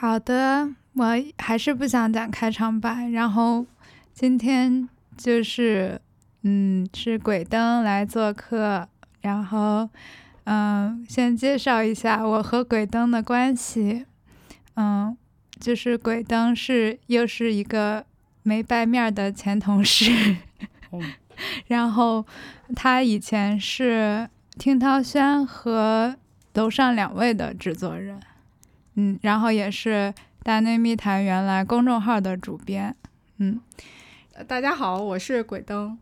好的，我还是不想讲开场白，然后今天就是是鬼灯来做客，然后先介绍一下我和鬼灯的关系。就是鬼灯又是一个没掰面的前同事然后他以前是听涛轩和楼上2位的制作人，然后也是大内密谈原来公众号的主编。 大家好，我是鬼灯。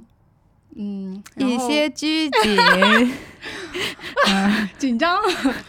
一些拘谨紧张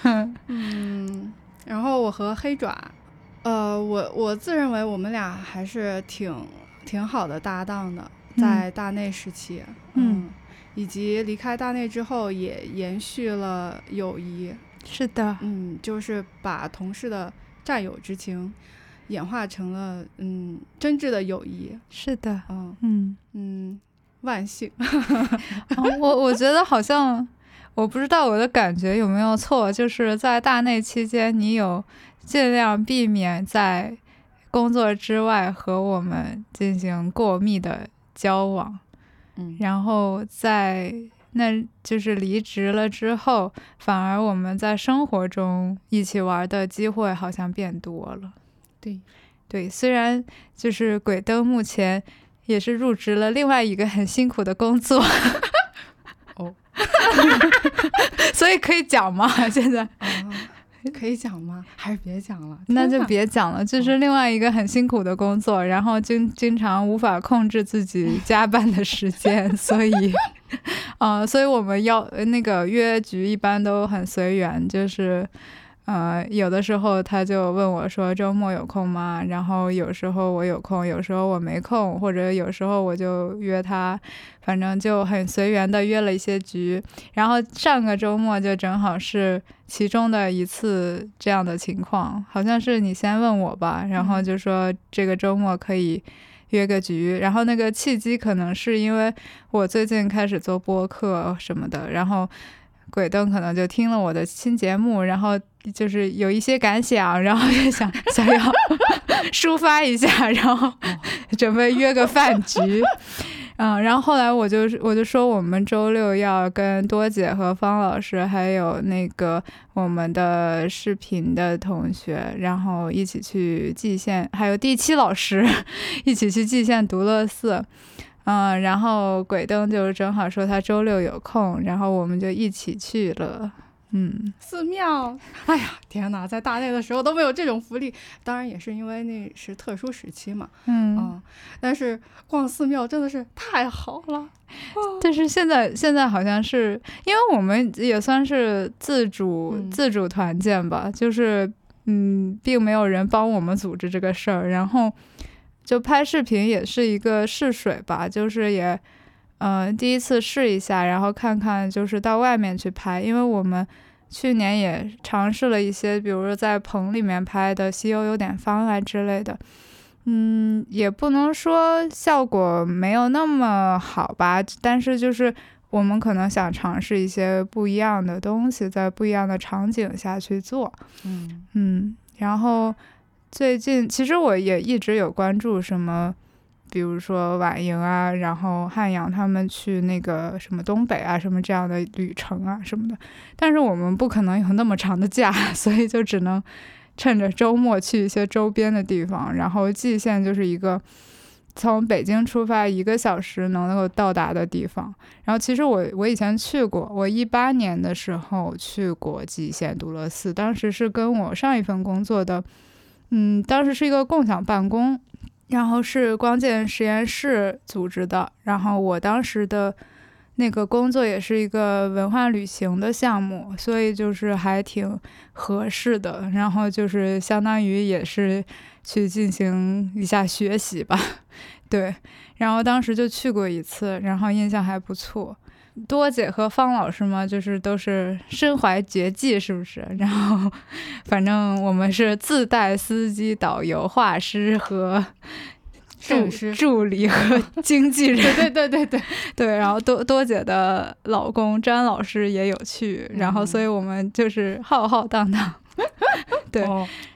然后我和黑爪我自认为我们俩还是挺好的搭档的，在大内时期以及离开大内之后也延续了友谊。 是的， 就是把同事的战友之情演化成了真挚的友谊。 是的， 万幸我觉得好像我不知道我的感觉有没有错，就是在大内期间你有尽量避免在工作之外和我们进行过密的交往，然后在那就是离职了之后，反而我们在生活中一起玩的机会好像变多了。对，虽然就是鬼灯目前也是入职了另外一个很辛苦的工作所以可以讲吗？现在可以讲吗？还是别讲了？ 那就别讲了，就是另外一个很辛苦的工作，然后经常无法控制自己加班的时间所以我们要那个约局一般都很随缘，就是有的时候他就问我说周末有空吗？然后有时候我有空，有时候我没空，或者有时候我就约他，反正就很随缘的约了一些局。然后上个周末就正好是其中的一次这样的情况，好像是你先问我吧，然后就说这个周末可以约个局，然后那个契机可能是因为我最近开始做播客什么的，然后鬼灯可能就听了我的新节目，然后就是有一些感想，然后就想要抒发一下，然后准备约个饭局。然后后来我就说我们周六要跟多姐和方老师还有那个我们的视频的同学，然后一起去蓟县，还有第7老师一起去蓟县独乐寺。然后鬼灯就正好说他周六有空，然后我们就一起去了。 寺庙，哎呀天哪，在大内的时候都没有这种福利，当然也是因为那是特殊时期嘛。但是逛寺庙真的是太好了。 但是现在好像是因为我们也算是自主团建吧，就是并没有人帮我们组织这个事儿，然后就拍视频也是一个试水吧，就是也第一次试一下，然后看看就是到外面去拍，因为我们去年也尝试了一些比如说在棚里面拍的西游有点方啊之类的，也不能说效果没有那么好吧，但是就是我们可能想尝试一些不一样的东西，在不一样的场景下去做。然后最近其实我也一直有关注什么比如说婉莹啊，然后汉阳他们去那个什么东北啊什么这样的旅程啊什么的，但是我们不可能有那么长的假，所以就只能趁着周末去一些周边的地方。然后蓟县就是一个从北京出发1个小时能够到达的地方。然后其实我以前去过，我18年的时候去过蓟县独乐寺，当时是跟我上一份工作的当时是一个共享办公，然后是光剑实验室组织的，然后我当时的那个工作也是一个文化旅行的项目，所以就是还挺合适的，然后就是相当于也是去进行一下学习吧。对，然后当时就去过一次，然后印象还不错。多姐和方老师嘛，就是都是身怀绝技，是不是？然后反正我们是自带司机、导游、画师和助理和经纪人。对，然后多姐的老公詹老师也有去，然后所以我们就是浩浩荡荡。对，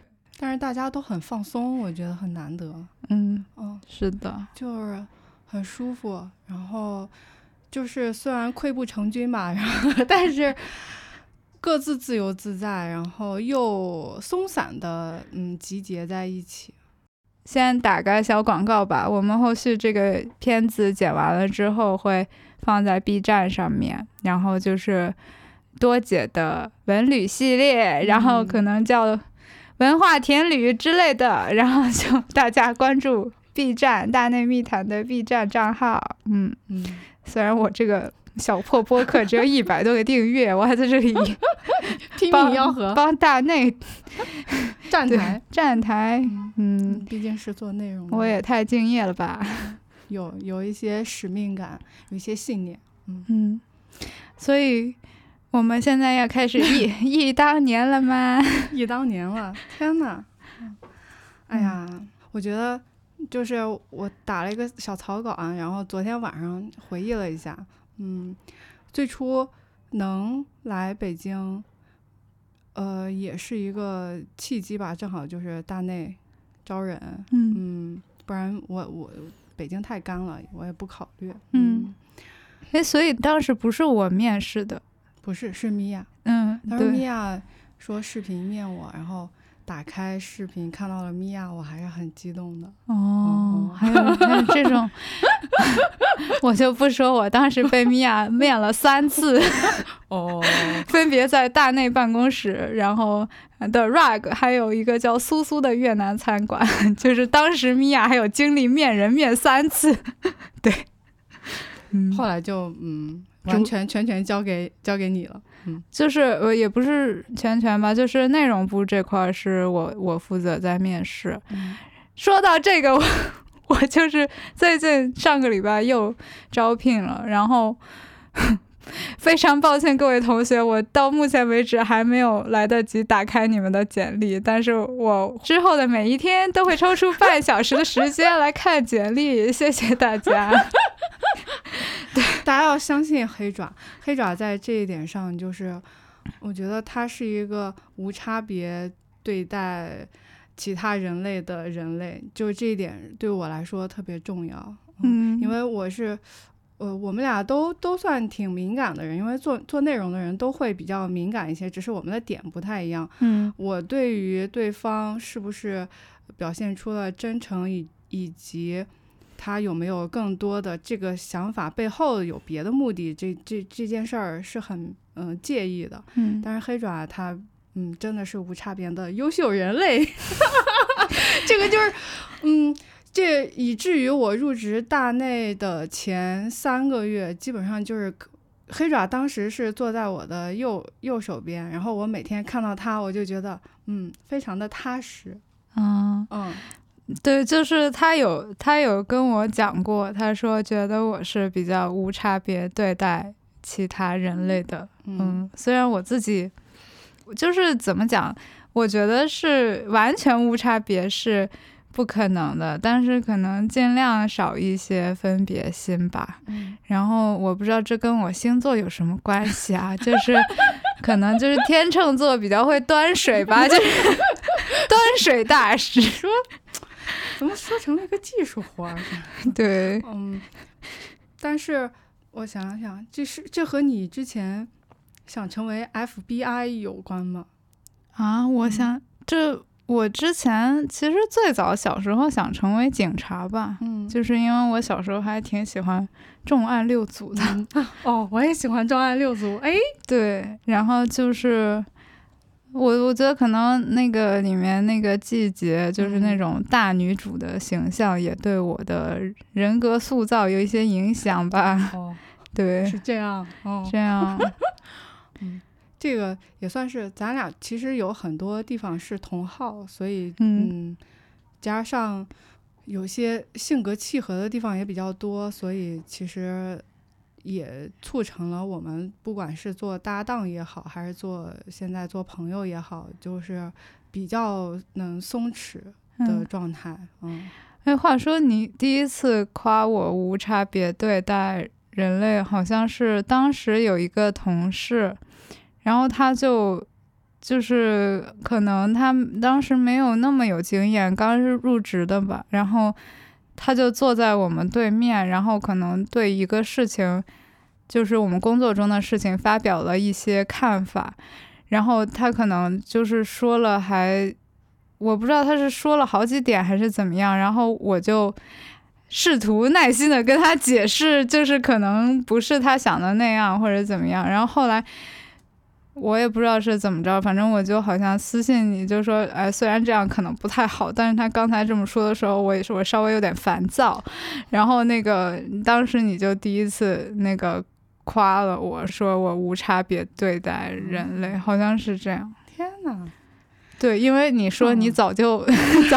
但是大家都很放松，我觉得很难得。 是的， 就是很舒服，然后就是虽然溃不成军吧，然后但是各自自由自在，然后又松散的集结在一起。 先打个小广告吧，我们后续这个片子剪完了之后会放在 B 站上面，然后就是多姐的文旅系列，然后可能叫文化田旅之类的，然后就大家关注 B 站大内密谈的 B 站账号。虽然我这个小破播客只有100多个订阅，我还在这里拼命吆喝帮大内站台。 毕竟是做内容的， 我也太敬业了吧， 有一些使命感，有一些信念。 所以我们现在要开始忆当年了吗？ 忆当年了，天哪！哎呀，我觉得就是我打了一个小草稿啊，然后昨天晚上回忆了一下，最初能来北京，也是一个契机吧，正好就是大内招人，不然我北京太干了，我也不考虑。 所以当时不是我面试的。 不是，是米娅。当时米娅说视频面我，然后打开视频看到了米娅，我还是很激动的。 还有这种，我就不说我当时被米娅面了3次，分别在大内办公室，然后的 Rug， 还有一个叫苏苏的越南餐馆，就是当时米娅还有经历面人面3次，对， 后来就完全交给你了。 就是也不是全吧，就是内容部这块是我负责在面试。说到这个，我就是最近上个礼拜又招聘了，然后非常抱歉各位同学，我到目前为止还没有来得及打开你们的简历，但是我之后的每一天都会抽出半小时的时间来看简历，谢谢大家。 对，大家要相信黑爪在这一点上，就是我觉得他是一个无差别对待其他人类的人类，就这一点对我来说特别重要。因为我是我们俩都算挺敏感的人，因为做内容的人都会比较敏感一些，只是我们的点不太一样。我对于对方是不是表现出了真诚以及他有没有更多的这个想法背后有别的目的，这件事儿是很介意的。但是黑爪他真的是无差别的优秀人类。这个就是这以至于我入职大内的前3个月，基本上就是黑爪当时是坐在我的右手边，然后我每天看到他，我就觉得非常的踏实。 对，就是他有跟我讲过，他说觉得我是比较无差别对待其他人类的。虽然我自己就是怎么讲，我觉得是完全无差别是不可能的，但是可能尽量少一些分别心吧。然后我不知道这跟我星座有什么关系啊，就是可能就是天秤座比较会端水吧，就是端水大师。 怎么说成了一个技术活儿？ 对， 但是我想想，这和你之前想成为 FBI 有关吗？ 我想我之前其实最早小时候想成为警察吧，就是因为我小时候还挺喜欢重案6组的。 我也喜欢重案6组。 对，然后就是我觉得可能那个里面那个季节就是那种大女主的形象也对我的人格塑造有一些影响吧。对， 是这样。 这样。 这个也算是咱俩其实有很多地方是同好，所以加上有些性格契合的地方也比较多，所以其实也促成了我们不管是做搭档也好，还是现在做朋友也好，就是比较能松弛的状态。 话说你第一次夸我无差别对待人类，好像是当时有一个同事，然后他就就是可能他当时没有那么有经验，刚是入职的吧，然后他就坐在我们对面，然后可能对一个事情，就是我们工作中的事情发表了一些看法，然后他可能就是说了我不知道他是说了好几点还是怎么样，然后我就试图耐心的跟他解释，就是可能不是他想的那样或者怎么样，然后后来我也不知道是怎么着，反正我就好像私信你就说，虽然这样可能不太好，但是他刚才这么说的时候，我稍微有点烦躁，然后当时你就第一次夸了我说我无差别对待人类，好像是这样。 天哪！ 对，因为你说你早就开始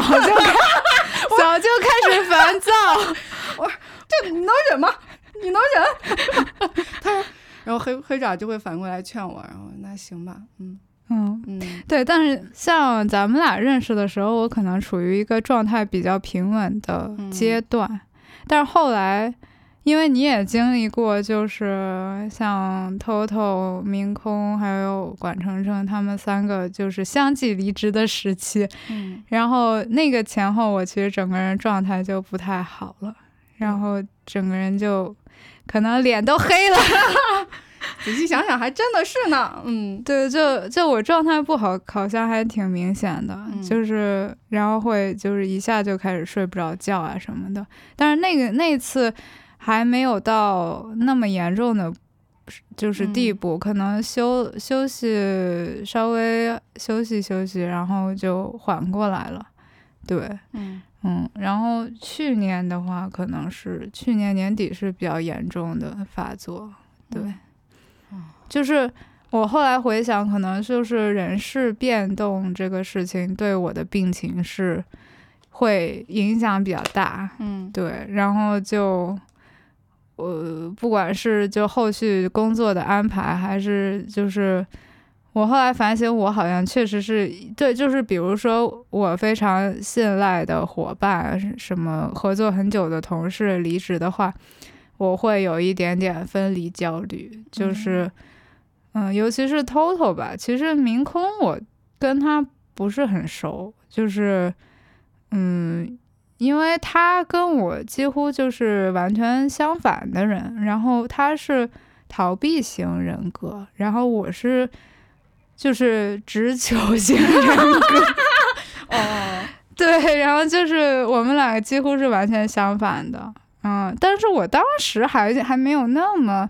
烦躁， 这你能忍吗？你能忍？他说，然后黑爪就会反过来劝我，然后那行吧， 对。但是像咱们俩认识的时候，我可能处于一个状态比较平稳的阶段，但是后来。因为你也经历过，就是像TOTO、明空还有管程程他们3个就是相继离职的时期，然后那个前后我其实整个人状态就不太好了，然后整个人就可能脸都黑了。 仔细想想还真的是呢。 对，就我状态不好好像还挺明显的，就是然后会就是一下就开始睡不着觉啊什么的，但是那次还没有到那么严重的就是地步，可能休息稍微休息，然后就缓过来了。对，然后去年的话，可能是去年年底是比较严重的发作。对，就是我后来回想，可能就是人事变动这个事情对我的病情是会影响比较大。对，然后就不管是就后续工作的安排，还是就是我后来反省，我好像确实是对，就是比如说我非常信赖的伙伴，什么合作很久的同事离职的话，我会有一点点分离焦虑，就是尤其是 TOTO 吧，其实明空我跟他不是很熟，就是因为他跟我几乎就是完全相反的人，然后他是逃避型人格，然后我是就是直球型人格。对，然后就是我们两个几乎是完全相反的。但是我当时还没有那么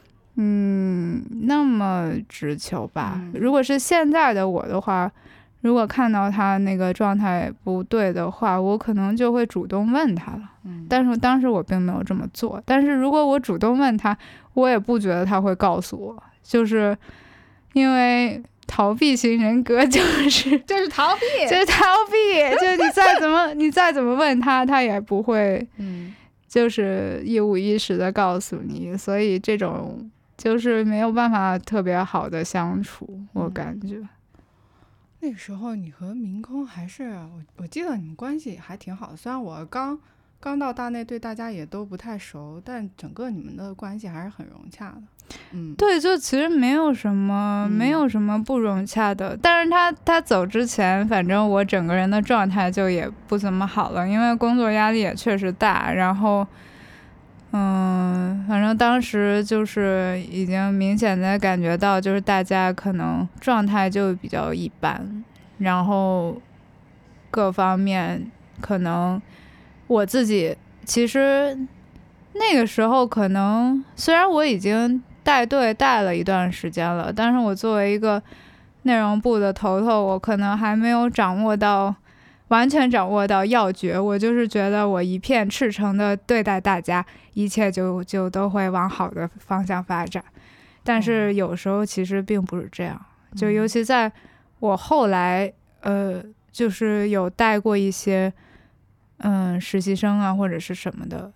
直球吧。如果是现在的我的话，如果看到他那个状态不对的话，我可能就会主动问他了。但是当时我并没有这么做。但是如果我主动问他，我也不觉得他会告诉我，就是因为逃避型人格就是逃避， 就是逃避，就你再怎么问他，他也不会，就是一五一十的告诉你，所以这种就是没有办法特别好的相处，我感觉。 那个时候你和明空还是我记得你们关系还挺好的，虽然我刚到大内，对大家也都不太熟，但整个你们的关系还是很融洽的。 对，就其实没有什么不融洽的，但是他走之前，反正我整个人的状态就也不怎么好了，因为工作压力也确实大，然后反正当时就是已经明显的感觉到，就是大家可能状态就比较一般，然后各方面可能我自己其实那个时候可能虽然我已经带队带了一段时间了，但是我作为一个内容部的头，我可能还没有完全掌握到要诀，我就是觉得我一片赤诚的对待大家，一切就都会往好的方向发展。但是有时候其实并不是这样，就尤其在我后来就是有带过一些实习生啊或者是什么的，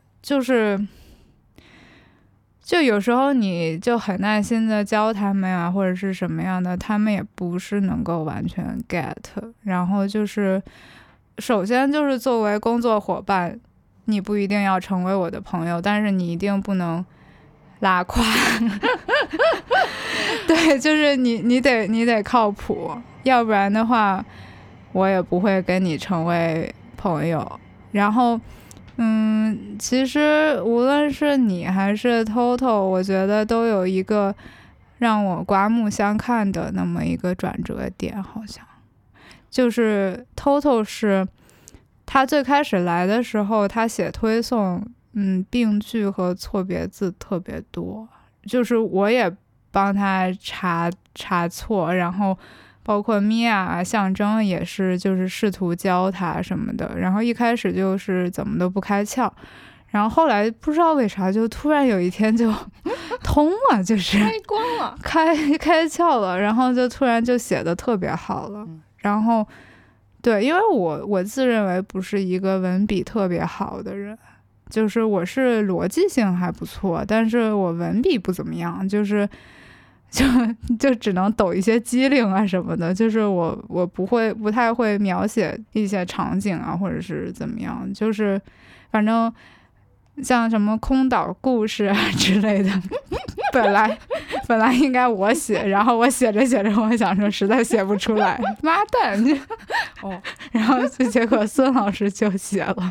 就有时候你就很耐心的教他们啊或者是什么样的，他们也不是能够完全 get。 然后就是首先就是作为工作伙伴，你不一定要成为我的朋友，但是你一定不能拉胯对，就是你得靠谱，要不然的话我也不会跟你成为朋友。然后其实无论是你还是 Toto， 我觉得都有一个让我刮目相看的那么一个转折点，好像就是 Toto 是他最开始来的时候，他写推送病句和错别字特别多，就是我也帮他查错，然后包括米娅啊、象征也是，就是试图教他什么的，然后一开始就是怎么都不开窍，然后后来不知道为啥就突然有一天就通了，就是开光了， 开窍了，然后就突然就写的特别好了。然后对，因为我自认为不是一个文笔特别好的人，就是我是逻辑性还不错，但是我文笔不怎么样，就只能抖一些机灵啊什么的，就是我不太会描写一些场景啊，或者是怎么样，就是反正像什么空岛故事啊之类的，本来应该我写，然后我写着我想说实在写不出来，妈蛋然后结果孙老师就写了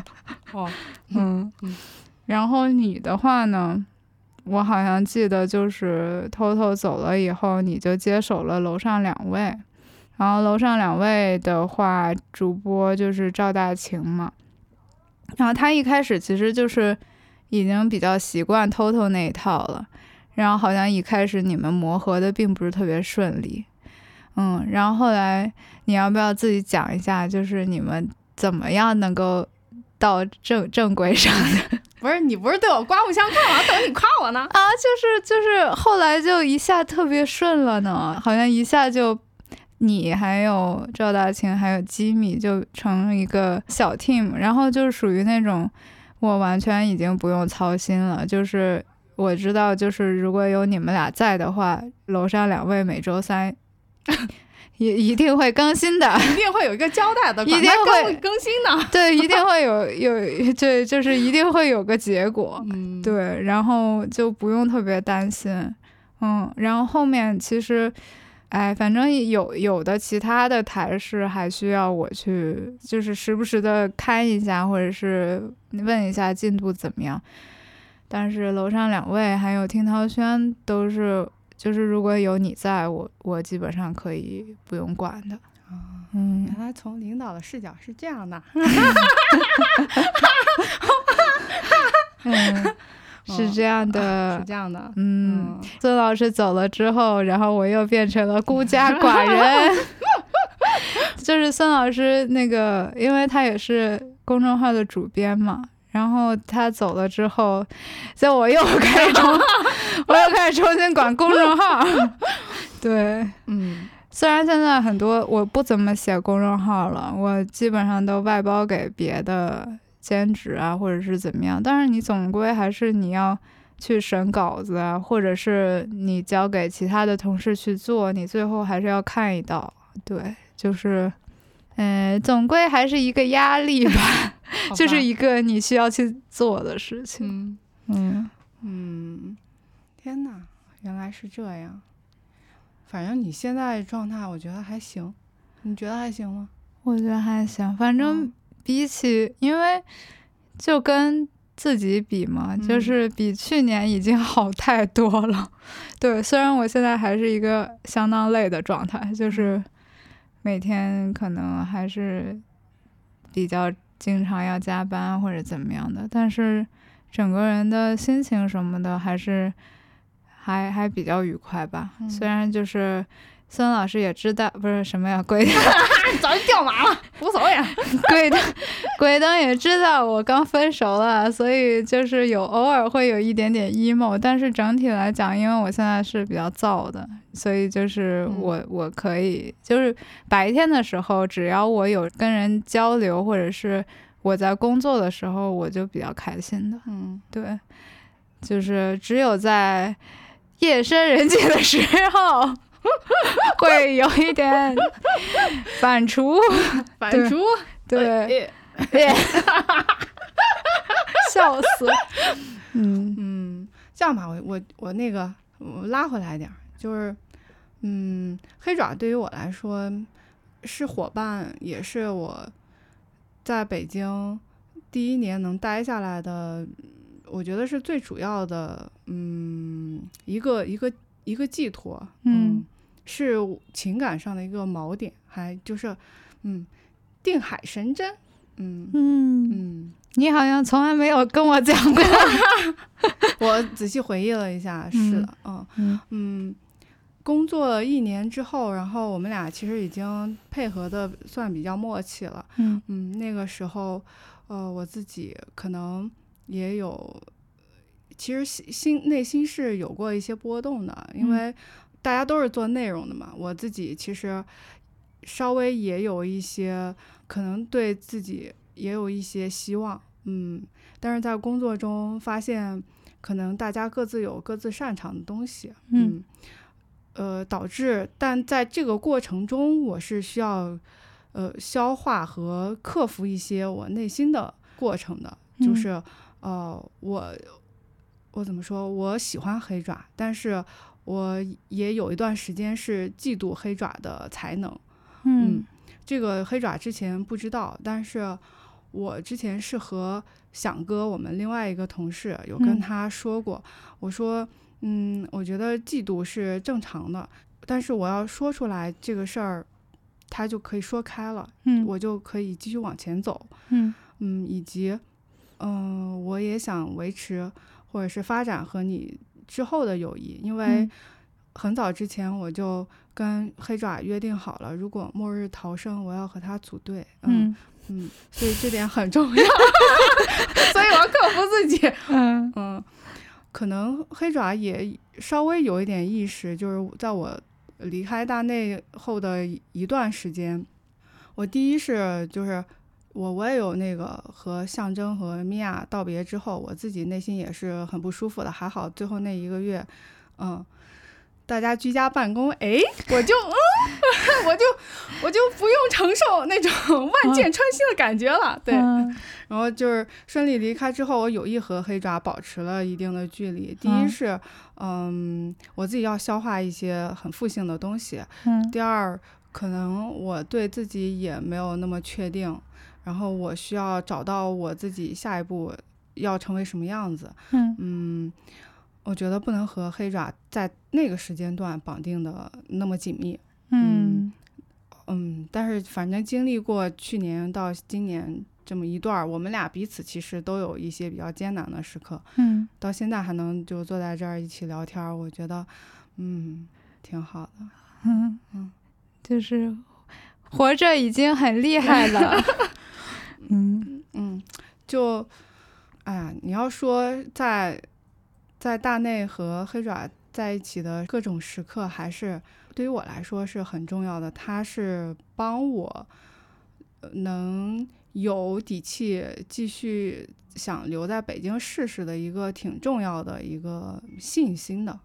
然后你的话呢，我好像记得就是Toto走了以后，你就接手了楼上2位，然后楼上2位的话，主播就是赵大晴嘛，然后他一开始其实就是已经比较习惯Toto那一套了，然后好像一开始你们磨合的并不是特别顺利，然后后来你要不要自己讲一下，就是你们怎么样能够到正轨上的？ 不是你不是对我刮目相看吗？等你夸我呢啊，就是后来就一下特别顺了呢，好像一下就你还有赵大晴还有吉米就成一个小 team， 然后就属于那种我完全已经不用操心了，就是我知道就是如果有你们俩在的话，楼上2位每周3也一定会更新的， 一定会有一个交代的， 一定会更新的， 对，一定会有对，就是一定会有个结果，对，然后就不用特别担心，然后后面其实，反正有的其他的台式还需要我去，就是时不时的看一下，或者是问一下进度怎么样，但是楼上2位还有听涛轩都是。就是如果有你在，我基本上可以不用管的。 原来从领导的视角是这样的。 是这样的， 是这样的。 孙老师走了之后，然后我又变成了孤家寡人。就是孙老师那个，因为他也是公众号的主编嘛。然后他走了之后，所以我又开始重新管公众号。对，虽然现在很多我不怎么写公众号了，我基本上都外包给别的兼职啊，或者是怎么样，但是你总归还是你要去审稿子啊，或者是你交给其他的同事去做，你最后还是要看一道。对，就是总归还是一个压力吧。就是一个你需要去做的事情。 天哪，原来是这样。反正你现在状态我觉得还行，你觉得还行吗？ 我觉得还行，反正比起因为就跟自己比嘛，就是比去年已经好太多了。对，虽然我现在还是一个相当累的状态，就是每天可能还是比较经常要加班或者怎么样的，但是整个人的心情什么的还是还比较愉快吧。虽然就是孙老师也知道，不是什么呀，鬼灯早就掉马了，无所谓啊。 鬼灯也知道我刚分手了，所以就是偶尔会有一点点 emo， 但是整体来讲，因为我现在是比较燥的，所以就是我可以就是白天的时候，只要我有跟人交流或者是我在工作的时候，我就比较开心的。对，就是只有在夜深人静的时候会有一点反刍，对，笑死。 这样吧，我拉回来一点，就是黑爪对于我来说是伙伴，也是我在北京第一年能待下来的，我觉得是最主要的，一个寄托，是情感上的一个锚点，还就是定海神针。 你好像从来没有跟我讲过。 我仔细回忆了一下，是的，工作1年之后，然后我们俩其实已经配合的算比较默契了。那个时候，我自己可能也有，其实内心是有过一些波动的，因为大家都是做内容的嘛，我自己其实稍微也有一些，可能对自己也有一些希望，但是在工作中发现，可能大家各自有各自擅长的东西，导致，但在这个过程中，我是需要消化和克服一些我内心的过程的，就是我怎么说？我喜欢黑爪，但是我也有一段时间是嫉妒黑爪的才能。这个黑爪之前不知道，但是我之前是和响哥，我们另外一个同事有跟他说过，我说我觉得嫉妒是正常的，但是我要说出来这个事儿，他就可以说开了，我就可以继续往前走，以及我也想维持或者是发展和你之后的友谊，因为很早之前我就跟黑爪约定好了，如果末日逃生，我要和他组队，所以这点很重要，所以我要克服自己，可能黑爪也稍微有一点意识，就是在我离开大内后的一段时间，我第一是就是我也有那个和象征和米娅道别之后，我自己内心也是很不舒服的，还好最后那1个月，大家居家办公，我就不用承受那种万箭穿心的感觉了，对。然后就是顺利离开之后，我有意和黑爪保持了一定的距离。第一是，我自己要消化一些很负性的东西。第二，可能我对自己也没有那么确定，然后我需要找到我自己下一步要成为什么样子。我觉得不能和黑爪在那个时间段绑定的那么紧密。但是反正经历过去年到今年这么一段，我们俩彼此其实都有一些比较艰难的时刻。到现在还能就坐在这儿一起聊天，我觉得挺好的。 就是活着已经很厉害了。 就哎呀，你要说在大内和黑爪在一起的各种时刻，还是对于我来说是很重要的。他是帮我能有底气继续想留在北京试试的一个挺重要的一个信心的。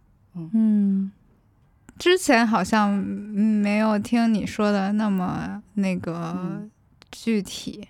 之前好像没有听你说的那么那个具体。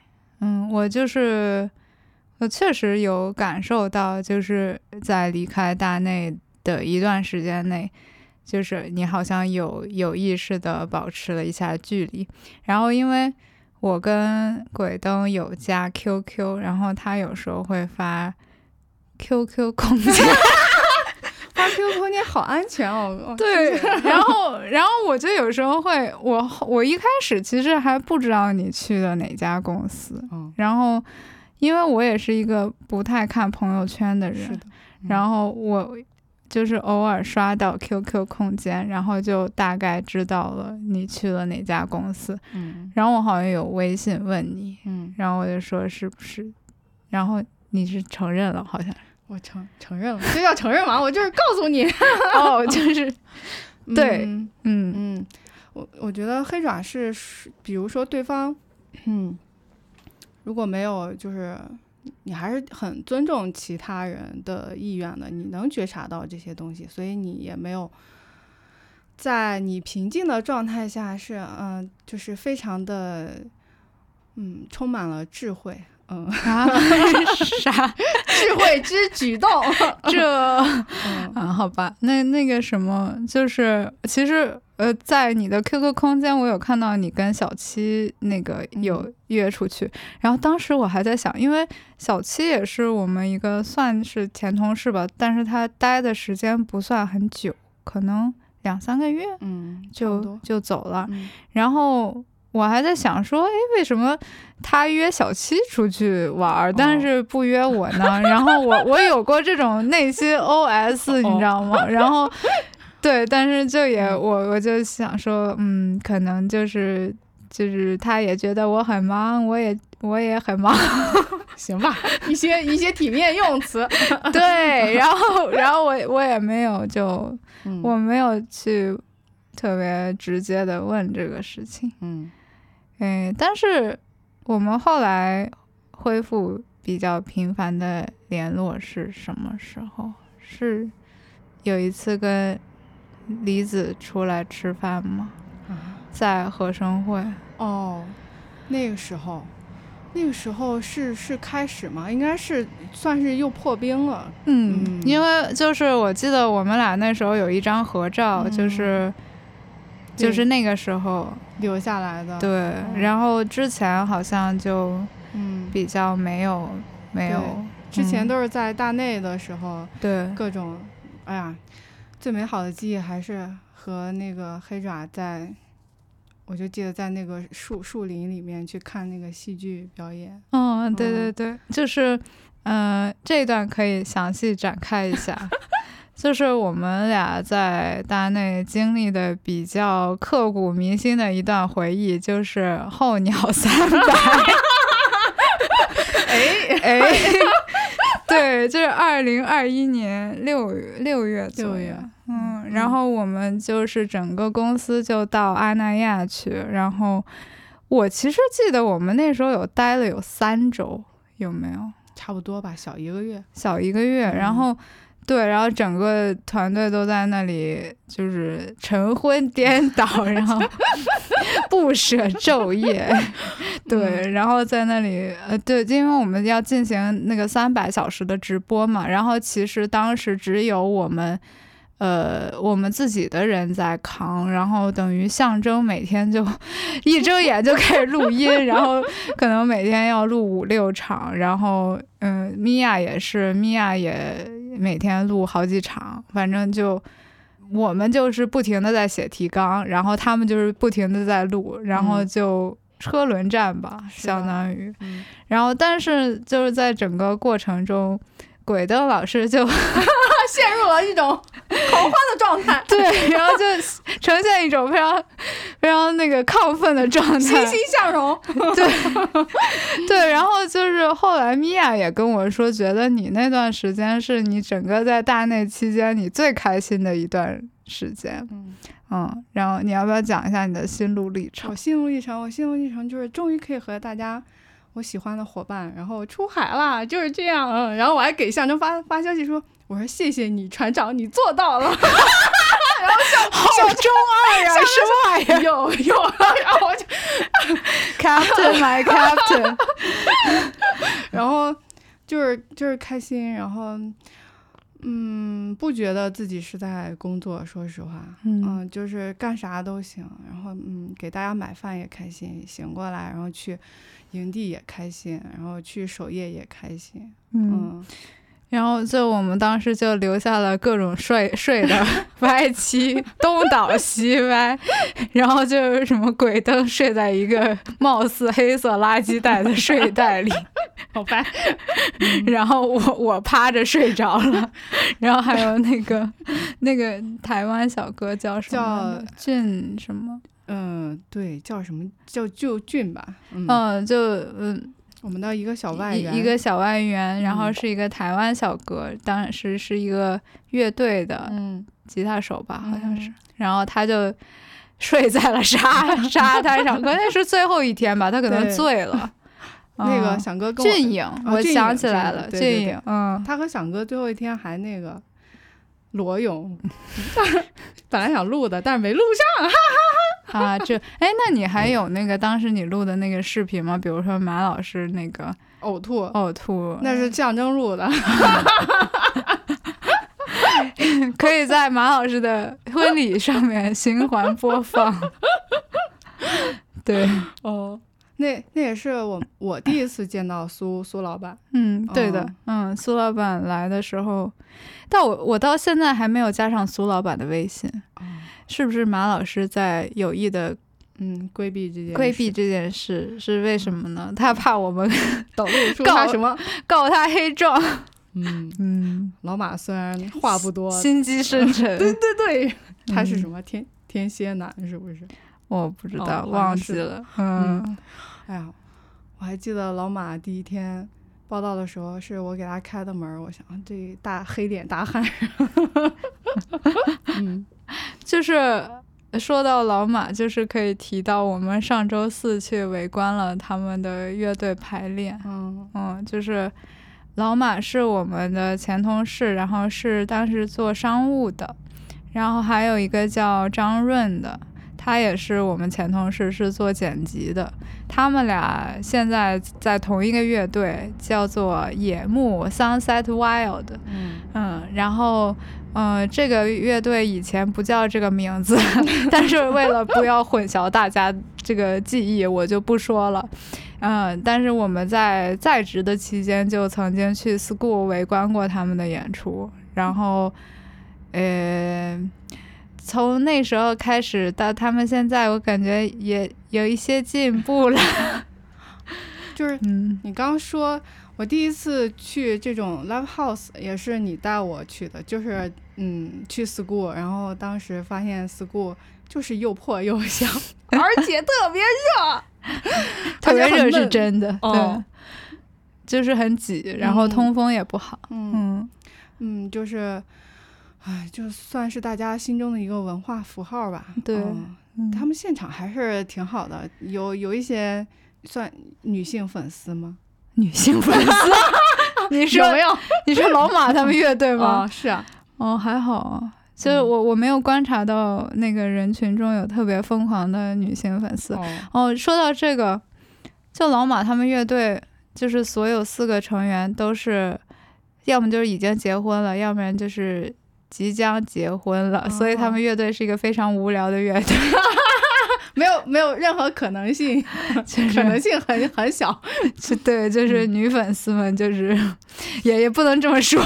我确实有感受到，就是在离开大内的一段时间内，就是你好像有意识的保持了一下距离。然后因为我跟鬼灯有加 QQ， 然后他有时候会发 QQ 空间。 发 QQ 空间好安全哦。 对，然后我就有时候会，我一开始其实还不知道你去了哪家公司，然后因为我也是一个不太看朋友圈的人，然后我就是偶尔刷到 QQ 空间，然后就大概知道了你去了哪家公司，然后我好像有微信问你，然后我就说是不是，然后你是承认了，好像我承认了，这叫承认吗？我就是告诉你， 就是对， 我觉得黑爪是，比如说对方，如果没有，就是你还是很尊重其他人的意愿的，你能觉察到这些东西，所以你也没有在你平静的状态下是就是非常的充满了智慧， 啥智慧之举动好吧，那个什么，就是其实在你的 QQ 空间我有看到你跟小七那个有约出去，然后当时我还在想，因为小七也是我们一个算是前同事吧，但是他待的时间不算很久，可能2-3个月就走了，然后我还在想说，为什么他约小七出去玩，但是不约我呢？然后我有过这种内心 OS， 你知道吗？然后对，但是就我就想说，可能就是他也觉得我很忙，我也很忙， 行吧，一些体面用词。 对，然后我也没有我没有去特别直接的问这个事情，但是我们后来恢复比较频繁的联络是什么时候？是有一次跟李子出来吃饭吗？在合生汇。 那个时候是开始吗？应该是算是又破冰了。 因为就是我记得我们俩那时候有一张合照，就是那个时候留下来的。 对，然后之前好像就比较没有， 之前都是在大内的时候， 对各种，哎呀，最美好的记忆还是和那个黑爪我就记得在那个树林里面去看那个戏剧表演。 对，就是这一段可以详细展开一下。就是我们俩在大内经历的比较刻骨铭心的一段回忆，就是候鸟300。对，就是2021年6月左右。然后我们就是整个公司就到阿那亚去，然后我其实记得我们那时候待了有3周，有没有？ 差不多吧，小1个月。然后对，然后整个团队都在那里就是晨昏颠倒，然后不舍昼夜。对，然后在那里对，因为我们要进行那个300小时的直播嘛，然后其实当时只有我们自己的人在扛，然后等于象征每天就一睁眼就开始录音，然后可能每天要录5-6场，然后米娅也每天录好几场，反正就我们就是不停的在写提纲，然后他们就是不停的在录，然后就车轮战吧，相当于。然后但是就是在整个过程中，鬼灯老师就陷入了一种狂欢的状态。 对，然后就呈现一种非常非常那个亢奋的状态，欣欣向荣。 对，然后就是后来米娅也跟我说，觉得你那段时间是你整个在大内期间你最开心的一段时间。然后你要不要讲一下你的心路历程？ 我心路历程就是终于可以和大家我喜欢的伙伴然后出海了，就是这样。然后我还给象征发消息说，我说谢谢你船长，你做到了。然后好中二呀，什么玩意儿？ 有，然后我就 Captain my Captain。 然后就是开心，然后不觉得自己是在工作，说实话。就是干啥都行，然后给大家买饭也开心，醒过来然后去营地也开心，然后去守夜也开心。 然后就我们当时就留下了各种睡的歪七，东倒西歪，然后就是什么鬼灯睡在一个貌似黑色垃圾袋的睡袋里， 好白。 然后我趴着睡着了，然后还有那个台湾小哥叫什么？俊什么？ 对，叫什么？叫俊吧。我们的一个小外援， 然后是一个台湾小哥，当时是一个乐队的吉他手吧，好像是。然后他就睡在了沙滩上，可能是最后一天吧，他可能醉了。 那个响哥跟我俊颖，我想起来了，俊颖。 他和响哥最后一天还那个裸泳，本来想录的，但是没录上，哈哈哈。 啊，那你还有那个当时你录的那个视频吗？比如说马老师那个呕吐，那是象征录的。 可以在马老师的婚礼上面循环播放。对， 那也是我第一次见到苏老板。 对的，苏老板来的时候，但我到现在还没有加上苏老板的微信，是不是马老师在有意的规避这件事？是为什么呢？他怕我们抖露出他什么告他黑状。 老马虽然话不多， 心机深沉。 对，他是什么天蝎男是不是？ 我不知道，忘记了。 哎呀，我还记得老马第一天报道的时候，是我给他开的门，我想这大黑脸大汉。 就是说到老马，就是可以提到我们上周四去围观了他们的乐队排练。就是老马是我们的前同事，然后是当时做商务的，然后还有一个叫张润的，他也是我们前同事，是做剪辑的。他们俩现在在同一个乐队，叫做野木 Sunset Wild。然后这个乐队以前不叫这个名字，但是为了不要混淆大家这个记忆，我就不说了。但是我们在职的期间就曾经去 School 围观过他们的演出，然后从那时候开始到他们现在，我感觉也有一些进步了。 就是你刚说我第一次去这种 live house 也是你带我去的，就是去 School， 然后当时发现 School 就是又破又小，而且特别热。 特别热是真的。对，就是很挤，然后通风也不好。 就是就算是大家心中的一个文化符号吧。 对， 他们现场还是挺好的，有一些算女性粉丝吗？ 女性粉丝？你说有没有？ 你说老马他们乐队吗？ 是啊。 还好啊，就是我没有观察到那个人群中有特别疯狂的女性粉丝。说到这个，就老马他们乐队，就是所有4个成员都是，要么就是已经结婚了，要不然就是即将结婚了，所以他们乐队是一个非常无聊的乐队。 没有任何可能性，可能性很小。 对，就是女粉丝们就是也不能这么说。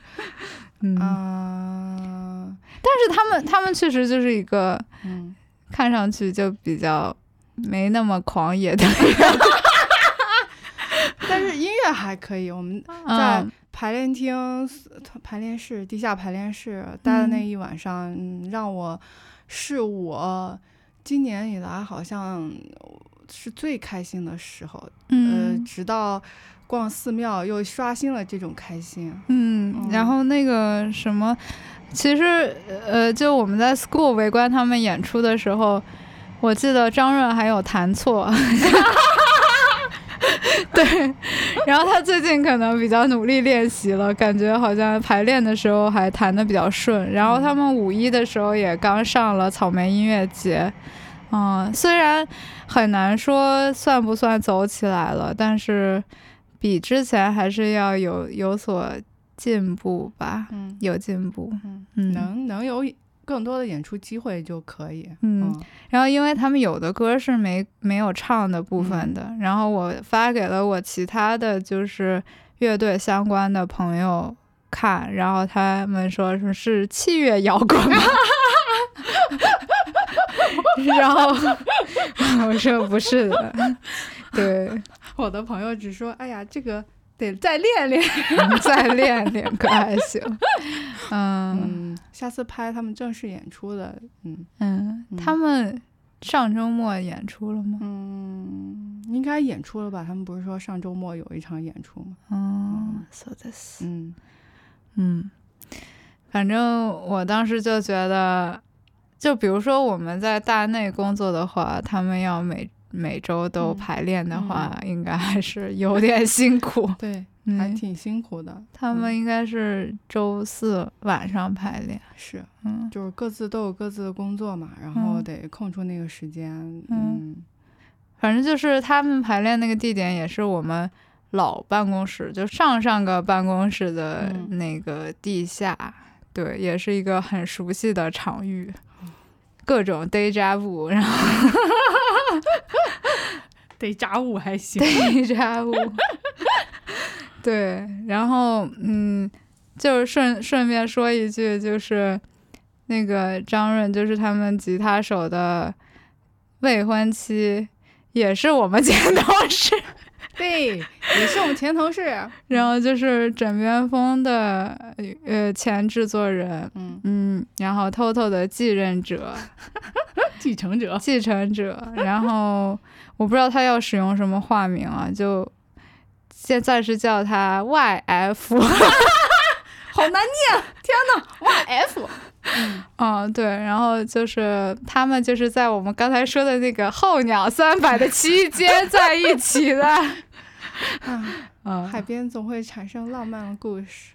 但是他们确实就是一个看上去就比较没那么狂野的人。 但是音乐还可以。我们在排练厅、排练室、地下排练室待的那一晚上，是我今年以来好像是最开心的时候。直到逛寺庙又刷新了这种开心。 然后那个什么，其实就我们在 School 围观他们演出的时候，我记得张润还有弹错。对，然后他最近可能比较努力练习了，感觉好像排练的时候还弹得比较顺。然后他们5·1的时候也刚上了草莓音乐节。虽然很难说算不算走起来了，但是比之前还是要有所进步吧。有进步。 能有更多的演出机会就可以。 然后因为他们有的歌是没有唱的部分的，然后我发给了我其他的就是乐队相关的朋友看，然后他们说是器乐摇滚吗？然后我说不是的。对， 我的朋友只说哎呀这个得再练练。 再练练可还行。 下次拍他们正式演出的。 他们上周末演出了吗？ 应该演出了吧，他们不是说上周末有一场演出吗 ？So this。反正我当时就觉得，就比如说我们在大内工作的话，他们要每周都排练的话，应该还是有点辛苦。 对， 还挺辛苦的。 他们应该是周四晚上排练， 是，就是各自都有各自的工作嘛，然后得空出那个时间。 反正就是他们排练那个地点也是我们老办公室，就上个办公室的那个地下，对，也是一个很熟悉的场域，各种 déjà vu， 然后 déjà vu 还行 ，déjà vu， 对，然后就是顺便说一句，就是那个张润，就是他们吉他手的未婚妻。也是我们前同事， 对，也是我们前同事。 然后就是枕边风的前制作人，然后偷偷的继承者，然后我不知道他要使用什么化名啊，就现在是叫他 YF， 好难念，天哪 ，YF。 对，然后就是他们就是在我们刚才说的那个候鸟300的期间在一起的。 海边总会产生浪漫的故事。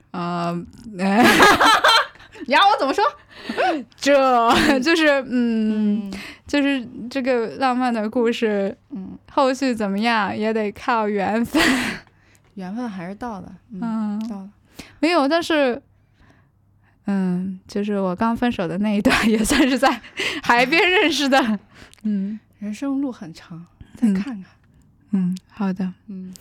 你让我怎么说？这就是就是这个浪漫的故事，后续怎么样也得靠缘分。 缘分还是到了，到了。 没有，但是。就是我刚分手的那一段也算是在海边认识的。 人生路很长，再看看。 好的。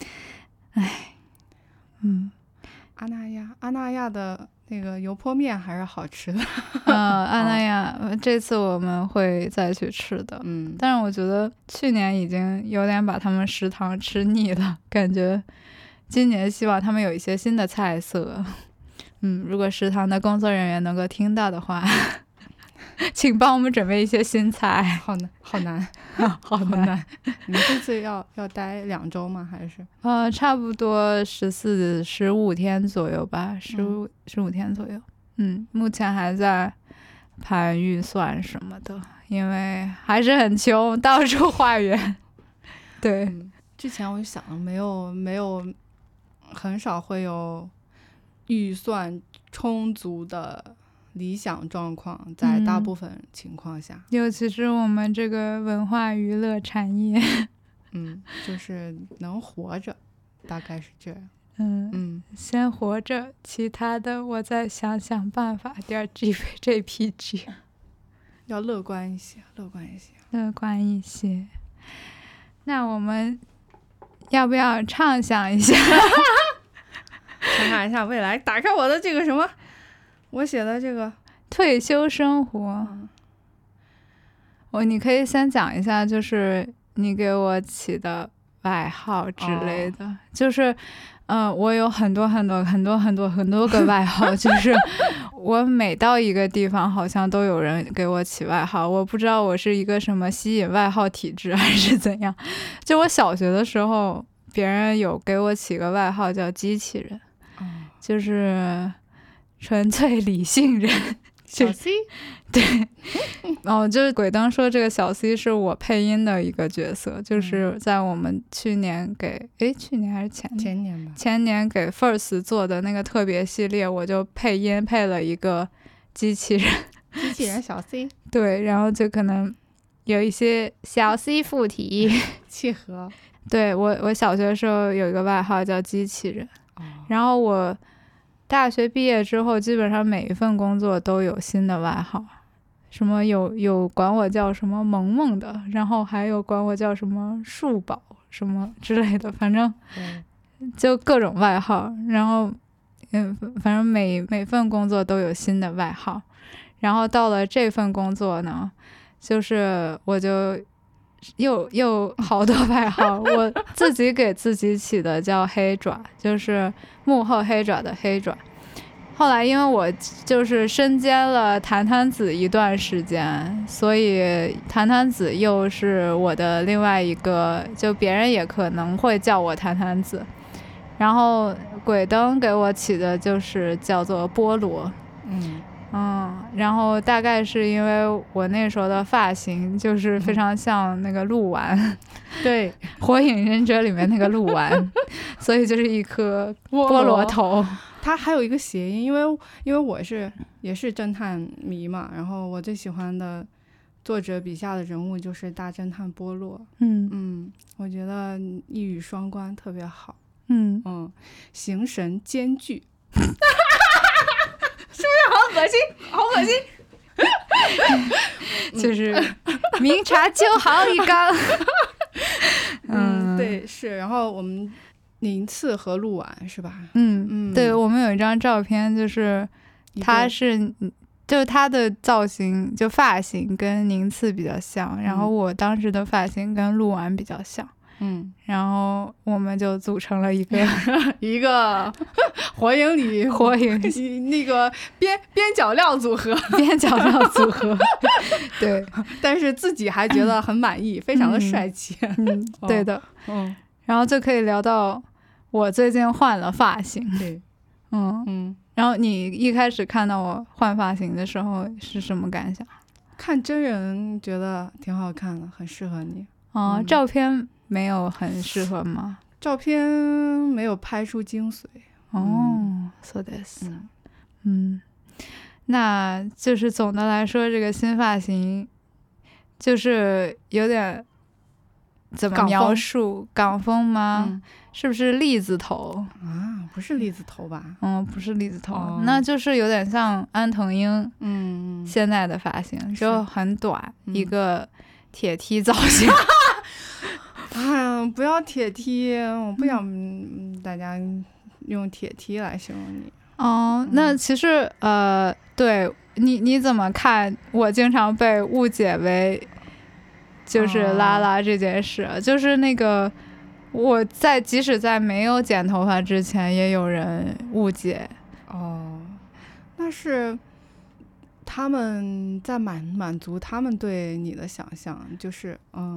阿那亚的那个油泼面还是好吃的。 阿那亚这次我们会再去吃的。但是我觉得去年已经有点把他们食堂吃腻了，感觉今年希望他们有一些新的菜色。如果食堂的工作人员能够听到的话，请帮我们准备一些新菜。 好难，好难。你们这次要待2周吗？还是？ 差不多15天左右吧，15天左右。目前还在盘预算什么的，因为还是很穷，到处化缘。对， 之前我就想没有，很少会有。预算充足的理想状况，在大部分情况下， 尤其是我们这个文化娱乐产业， 就是能活着，大概是这样。 先活着，其他的我再想办法。JPG 要乐观一些。 那我们要不要畅想一下？ 看看一下未来，打开我的这个什么，我写的这个退休生活。你可以先讲一下，就是你给我起的外号之类的。就是我有很多个外号，就是我每到一个地方好像都有人给我起外号，我不知道我是一个什么吸引外号体质还是怎样。就我小学的时候，别人有给我起个外号叫机器人，就是纯粹理性人。 小 C， 对，就是鬼灯说这个小 C 是我配音的一个角色，就是在我们去年还是前年给 First 做的那个特别系列，我就配音配了一个机器人小 C， 对，然后就可能有一些小 C 附体契合。 对，我小学的时候有一个外号叫机器人，然后我大学毕业之后，基本上每一份工作都有新的外号，什么有管我叫什么萌萌的，然后还有管我叫什么树宝什么之类的，反正就各种外号。然后反正每份工作都有新的外号。然后到了这份工作呢，就是我就又好多外号，我自己给自己起的叫黑爪，就是幕后黑爪的黑爪。后来因为我就是身兼了弹弹子一段时间，所以弹弹子又是我的另外一个，就别人也可能会叫我弹弹子。然后鬼灯给我起的就是叫做菠萝，然后大概是因为我那时候的发型就是非常像那个鹿丸， 对， 火影忍者里面那个鹿丸， 所以就是一颗菠萝头。 它还有一个谐音，因为我也是侦探迷嘛，然后我最喜欢的作者笔下的人物就是大侦探波洛。我觉得一语双关特别好。形神兼具。是不是好恶心？好恶心！就是明察秋毫一缸。 对，是。然后我们宁次和陆婉是吧？ 对，我们有一张照片，就是他就是他的造型，就发型跟宁次比较像，然后我当时的发型跟陆婉比较像。然后我们就组成了一个火影里那个边角料组合。 对， 但是自己还觉得很满意，非常的帅气。 对的。然后就可以聊到我最近换了发型。 对。 然后你一开始看到我换发型的时候是什么感想？ 看真人觉得挺好看的，很适合你。 照片没有很适合吗？ 照片没有拍出精髓。 そうです。那就是总的来说，这个新发型就是有点怎么描述？港风吗？是不是栗子头啊？不是栗子头吧？ 不是栗子头，那就是有点像安藤樱现在的发型，就很短，一个铁梯造型。 不要铁梯，我不想大家用铁梯来形容你。 那其实对你怎么看？我经常被误解为就是拉拉这件事，就是那个我即使在没有剪头发之前，也有人误解。 那是他们在满足他们对你的想象，就是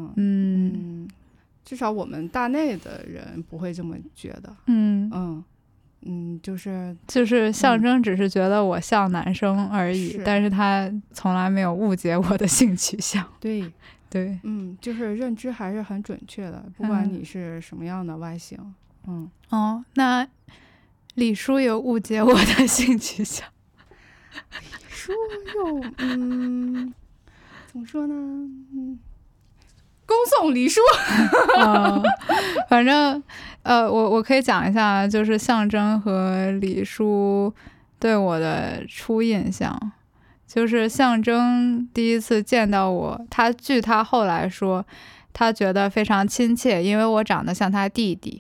至少我们大内的人不会这么觉得。 就是象征只是觉得我像男生而已，但是他从来没有误解我的性取向。 对，就是认知还是很准确的，不管你是什么样的外形。 那李叔有误解我的性取向？ 李叔又怎么说呢？恭送李叔。 反正我可以讲一下，就是象征和李叔对我的初印象。就是象征第一次见到我，据他后来说，他觉得非常亲切，因为我长得像他弟弟。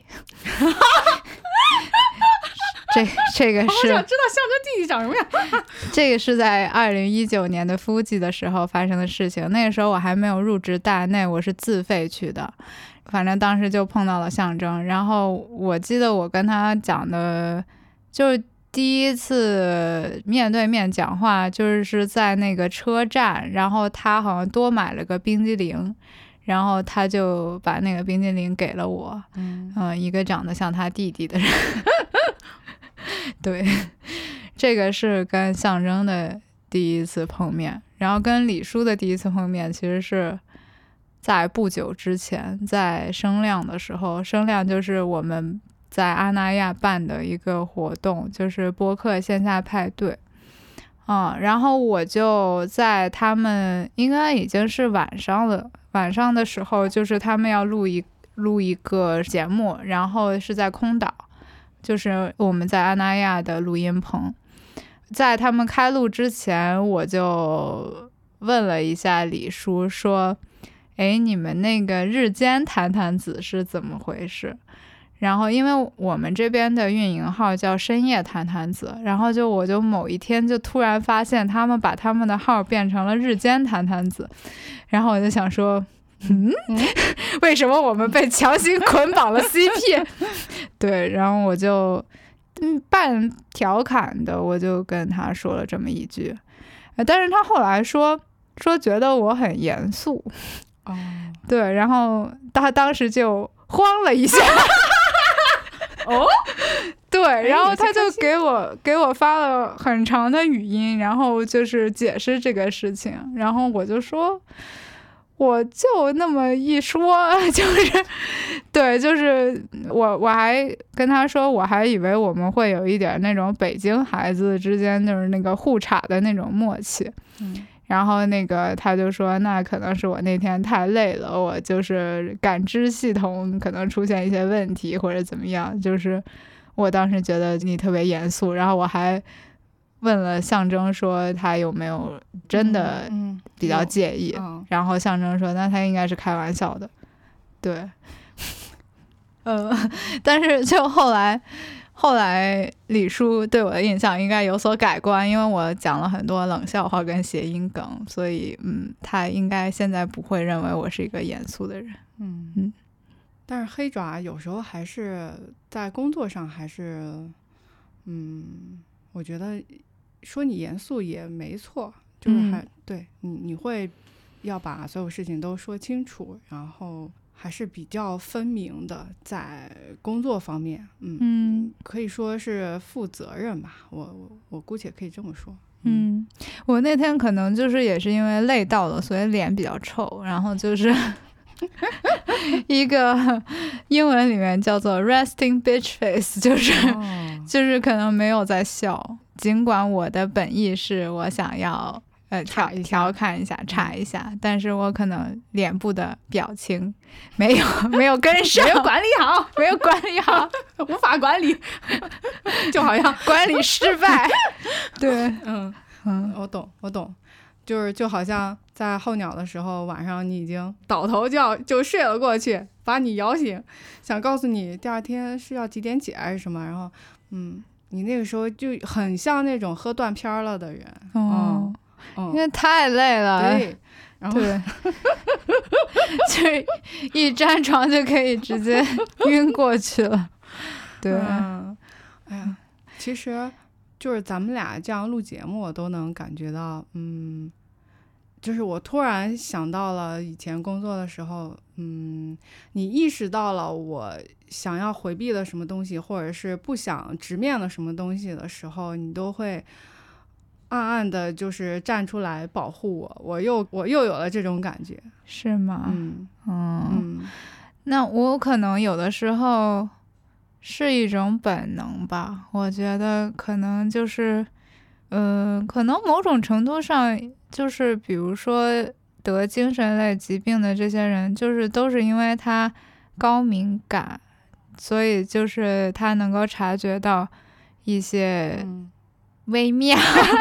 这个是我想知道象征弟弟长什么样。 这个是在2019年的FUJI的时候发生的事情，那个时候我还没有入职大内，我是自费去的。反正当时就碰到了象征，然后我记得我跟他讲的，就是第一次面对面讲话，就是在那个车站，然后他好像多买了个冰激凌，然后他就把那个冰激凌给了我。一个长得像他弟弟的人。对，这个是跟象征的第一次碰面，然后跟李叔的第一次碰面其实是在不久之前，在声量的时候。声量就是我们在阿那亚办的一个活动，就是播客线下派对。然后我就在他们应该已经是晚上的时候，就是他们要录一个节目，然后是在空岛，就是我们在阿那亚的录音棚。在他们开录之前，我就问了一下李叔，说你们那个日间谈谈子是怎么回事？然后因为我们这边的运营号叫深夜谈谈子，然后我就某一天就突然发现他们把他们的号变成了日间谈谈子，然后我就想说为什么我们被强行捆绑了 CP？ 对，然后我就半调侃的我就跟他说了这么一句，但是他后来说觉得我很严肃。对，然后他当时就慌了一下。对，然后他就给我发了很长的语音，然后就是解释这个事情，然后我就说我就那么一说，就是对，就是我还跟他说，我还以为我们会有一点那种北京孩子之间就是那个互插的那种默契。然后那个他就说，那可能是我那天太累了，我就是感知系统可能出现一些问题或者怎么样，就是我当时觉得你特别严肃，然后我还问了象征说他有没有真的比较介意，然后象征说那他应该是开玩笑的。对但是就后来李叔对我的印象应该有所改观，因为我讲了很多冷笑话跟谐音梗，所以他应该现在不会认为我是一个严肃的人。 但是黑爪有时候还是在工作上还是我觉得说你严肃也没错，就是对你会要把所有事情都说清楚，然后还是比较分明的，在工作方面可以说是负责任吧，我姑且可以这么说。 我那天可能就是也是因为累到了，所以脸比较臭，然后就是一个英文里面叫做 resting bitch face， 就是可能没有在笑，尽管我的本意是我想要调侃一下插一下，但是我可能脸部的表情没有跟上， 没有管理好， 没有管理好无法管理就好像管理失败对我懂，就好像在候鸟的时候，晚上你已经倒头就睡了过去，把你摇醒，想告诉你第二天是要几点起还是什么，然后你那个时候就很像那种喝断片了的人因为太累了， 对，然后对就一沾床就可以直接晕过去了。对哎呀，其实就是咱们俩这样录节目我都能感觉到就是我突然想到了以前工作的时候你意识到了我想要回避的什么东西，或者是不想直面的什么东西的时候，你都会暗暗的就是站出来保护我又有了这种感觉。 是吗？那我可能有的时候是一种本能吧，我觉得可能就是可能某种程度上就是比如说得精神类疾病的这些人，就是都是因为他高敏感，所以就是他能够察觉到一些微妙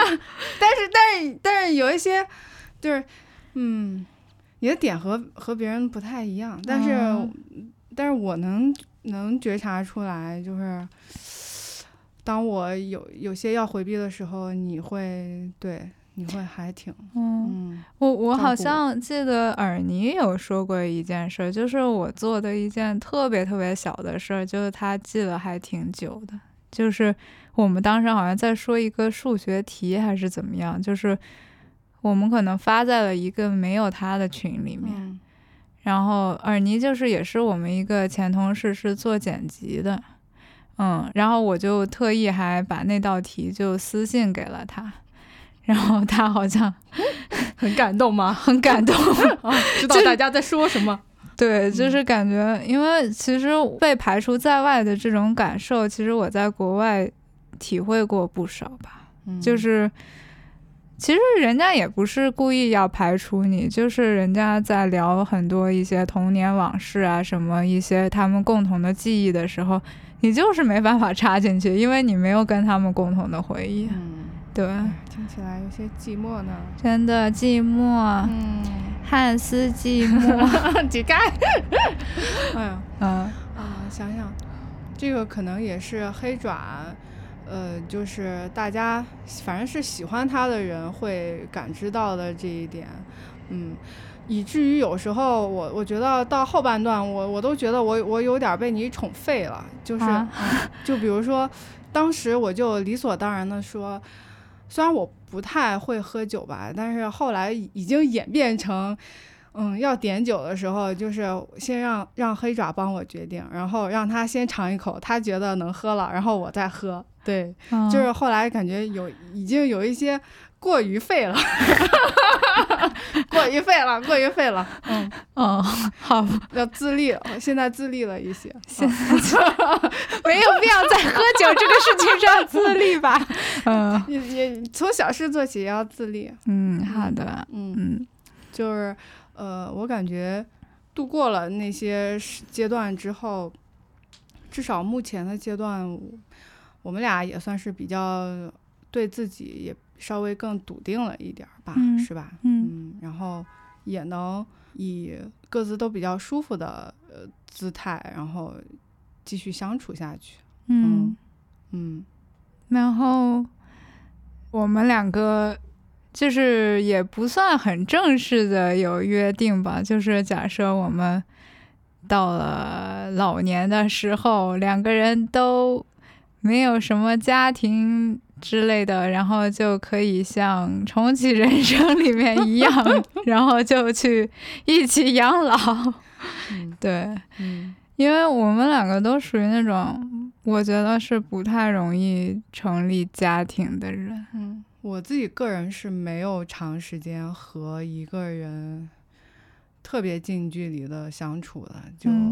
但是有一些就是你的点和别人不太一样，但是我能觉察出来，就是当我有些要回避的时候，你会还挺我好像记得尔尼有说过一件事，就是我做的一件特别特别小的事，就是他记了还挺久的，就是我们当时好像在说一个数学题还是怎么样，就是我们可能发在了一个没有他的群里面然后尔尼就是也是我们一个前同事，是做剪辑的然后我就特意还把那道题就私信给了他，然后他好像很感动吗？ 很感动知道大家在说什么对，就是感觉因为其实被排除在外的这种感受，其实我在国外体会过不少吧就是其实人家也不是故意要排除你，就是人家在聊很多一些童年往事啊，什么一些他们共同的记忆的时候，你就是没办法插进去，因为你没有跟他们共同的回忆对， 听起来有些寂寞呢， 真的寂寞汉斯寂寞乞丐哎呀想想这个可能也是黑爪就是大家反正是喜欢他的人会感知到的这一点以至于有时候我觉得到后半段我都觉得我有点被你宠废了，就是就比如说当时我就理所当然的说，虽然我不太会喝酒吧，但是后来已经演变成要点酒的时候，就是先让黑爪帮我决定，然后让他先尝一口，他觉得能喝了，然后我再喝。对，就是后来感觉已经有一些过于废了过于废了，过于废了。 好， 要自立，现在自立了一些。 现在没有必要在喝酒这个事情上自立吧？ 也从小事做起，也要自立。 好的。 就是我感觉度过了那些阶段之后，至少目前的阶段，我们俩也算是比较对自己也稍微更笃定了一点吧，是吧？然后也能以各自都比较舒服的姿态，然后继续相处下去。 然后我们两个就是也不算很正式的有约定吧，就是假设我们到了老年的时候，两个人都没有什么家庭之类的，然后就可以像重启人生里面一样然后就去一起养老。对，因为我们两个都属于那种我觉得是不太容易成立家庭的人。 我自己个人是没有长时间和一个人特别近距离的相处的，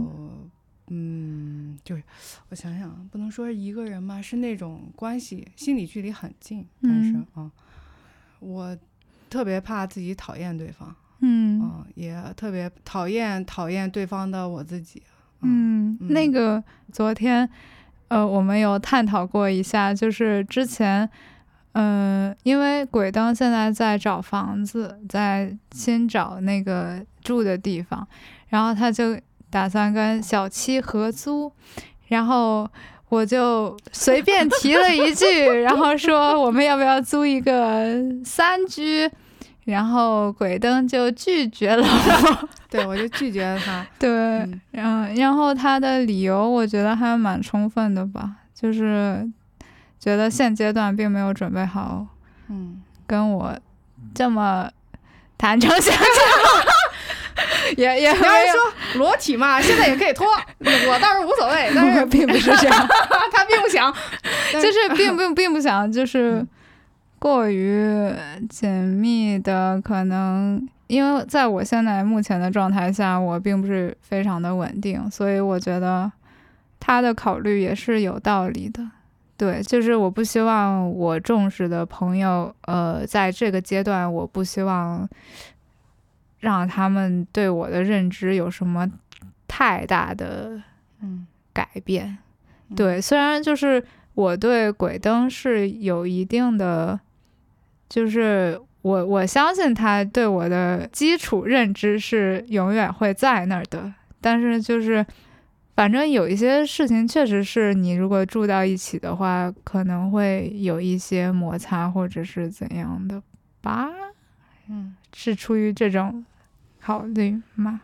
就是我想想，不能说是一个人嘛，是那种关系心理距离很近，但是我特别怕自己讨厌对方，也特别讨厌对方的我自己。 那个昨天我们有探讨过一下，就是之前因为鬼灯现在在找房子，在新找那个住的地方，然后他就打算跟小七合租，然后我就随便提了一句然后说我们要不要租一个3居，然后鬼灯就拒绝了我对，我就拒绝了他。 对，然后他的理由我觉得还蛮充分的吧，就是觉得现阶段并没有准备好跟我这么坦诚相见也你要是说裸体嘛，现在也可以脱，我倒是无所谓，但是并不是这样他并不想， 就是并不想就是过于紧密的，可能因为在我现在目前的状态下，我并不是非常的稳定，所以我觉得他的考虑也是有道理的。对，就是我不希望我重视的朋友在这个阶段我不希望让他们对我的认知有什么太大的改变。对，虽然就是我对鬼灯是有一定的，就是我相信他对我的基础认知是永远会在那儿的，但是就是反正有一些事情确实是你如果住到一起的话可能会有一些摩擦或者是怎样的吧。是出于这种考虑吗？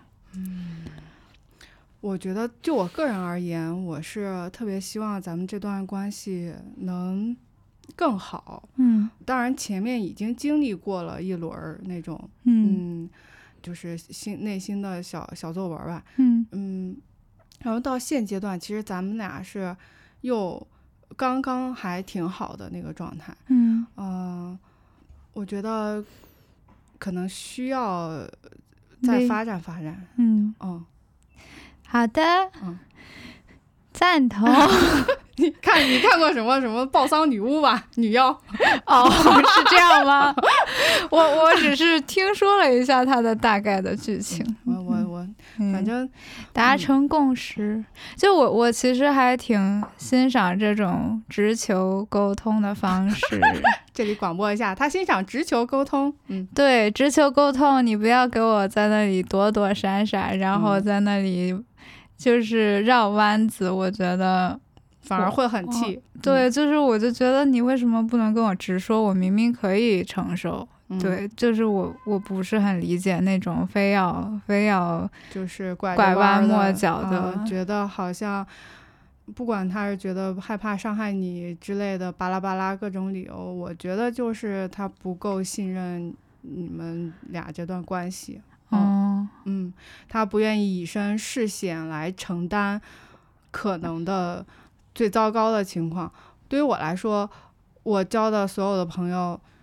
我觉得就我个人而言，我是特别希望咱们这段关系能更好。当然前面已经经历过了一轮那种就是内心的小作文吧。然后到现阶段其实咱们俩是又刚刚还挺好的那个状态。我觉得可能需要再发展。 好的。赞同。 你看过什么抱桑女巫吧？女妖？ 是这样吗？我只是听说了一下它的大概的剧情。 我反正达成共识。就我其实还挺欣赏这种直球沟通的方式。 这里广播一下，他欣赏直球沟通。 对，直球沟通，你不要给我在那里躲躲闪闪，然后在那里就是绕弯子，我觉得反而会很气。 对，就是我就觉得你为什么不能跟我直说，我明明可以承受。对，就是我不是很理解那种非要就是拐弯抹角的， 觉得好像不管他是觉得害怕伤害你之类的巴拉巴拉各种理由，我觉得就是他不够信任你们俩这段关系。他不愿意以身试险来承担可能的最糟糕的情况。对于我来说，我交的所有的朋友，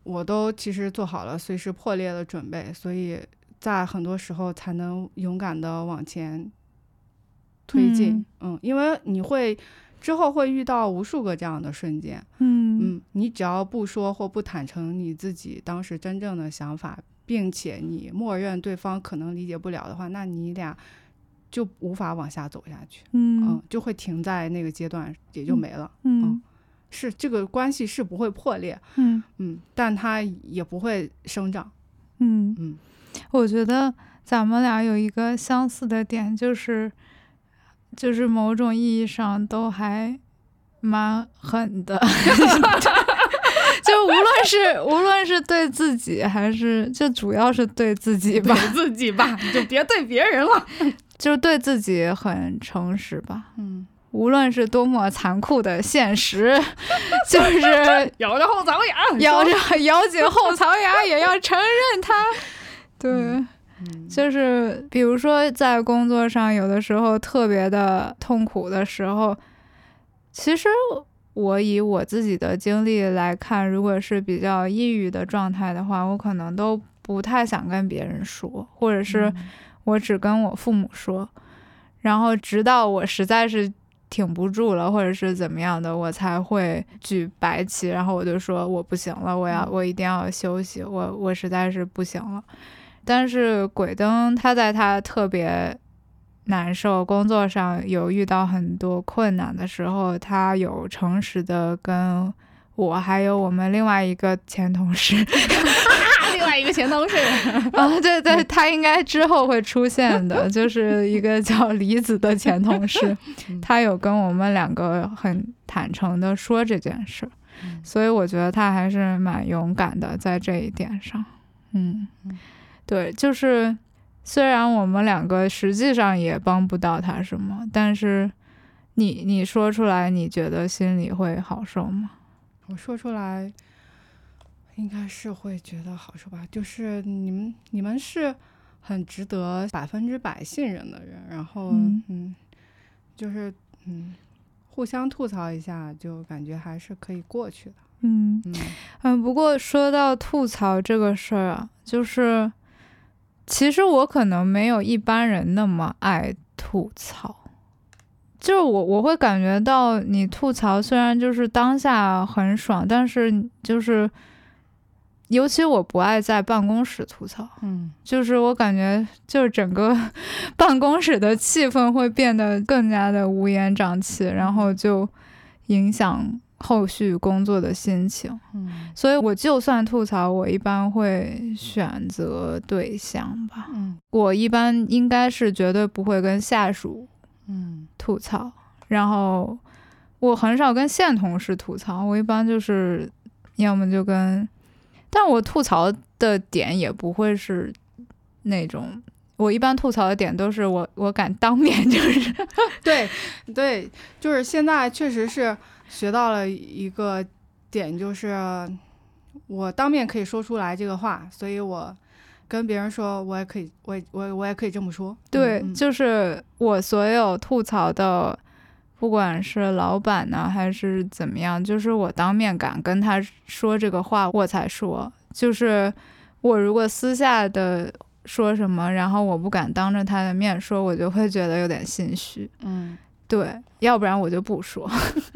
我都其实做好了随时破裂的准备，所以在很多时候才能勇敢的往前推进。因为你之后会遇到无数个这样的瞬间。你只要不说或不坦诚你自己当时真正的想法，并且你默认对方可能理解不了的话，那你俩就无法往下走下去。就会停在那个阶段，也就没了。是这个关系是不会破裂。但它也不会生长。 我觉得咱们俩有一个相似的点，就是某种意义上都还蛮狠的。就无论是对自己还是就主要是对自己吧， 对自己吧，你就别对别人了。 就对自己很诚实吧。无论是多么残酷的现实，就是咬着后槽牙， 咬紧后槽牙也要承认它。对。就是比如说在工作上有的时候特别的痛苦的时候，其实我以我自己的经历来看，如果是比较抑郁的状态的话，我可能都不太想跟别人说，或者是我只跟我父母说，然后直到我实在是挺不住了或者是怎么样的，我才会举白旗，然后我就说我不行了，我一定要休息，我实在是不行了。但是鬼灯他在他特别难受工作上有遇到很多困难的时候，他有诚实的跟我还有我们另外一个前同事另外一个前同事对对，他应该之后会出现的，就是一个叫李子的前同事他有跟我们两个很坦诚的说这件事，所以我觉得他还是蛮勇敢的在这一点上。对，就是虽然我们两个实际上也帮不到他什么，但是你说出来你觉得心里会好受吗？ 我说出来应该是会觉得好受吧，就是你们是很值得100%信任的人，然后就是互相吐槽一下就感觉还是可以过去的。 不过说到吐槽这个事儿啊，就是其实我可能没有一般人那么爱吐槽，就是我会感觉到你吐槽虽然就是当下很爽，但是就是尤其我不爱在办公室吐槽。就是我感觉就是整个办公室的气氛会变得更加的乌烟瘴气，然后就影响后续工作的心情。所以我就算吐槽，我一般会选择对象吧。我一般应该是绝对不会跟下属吐槽，然后我很少跟现同事吐槽，我一般就是要么就跟，但我吐槽的点也不会是那种，我一般吐槽的点都是我敢当面就是对，就是现在确实是学到了一个点，就是我当面可以说出来这个话，所以我跟别人说我也可以，我也可以这么说。 对，就是我所有吐槽的不管是老板呢还是怎么样，就是我当面敢跟他说这个话我才说，就是我如果私下的说什么然后我不敢当着他的面说，我就会觉得有点心虚。对，要不然我就不说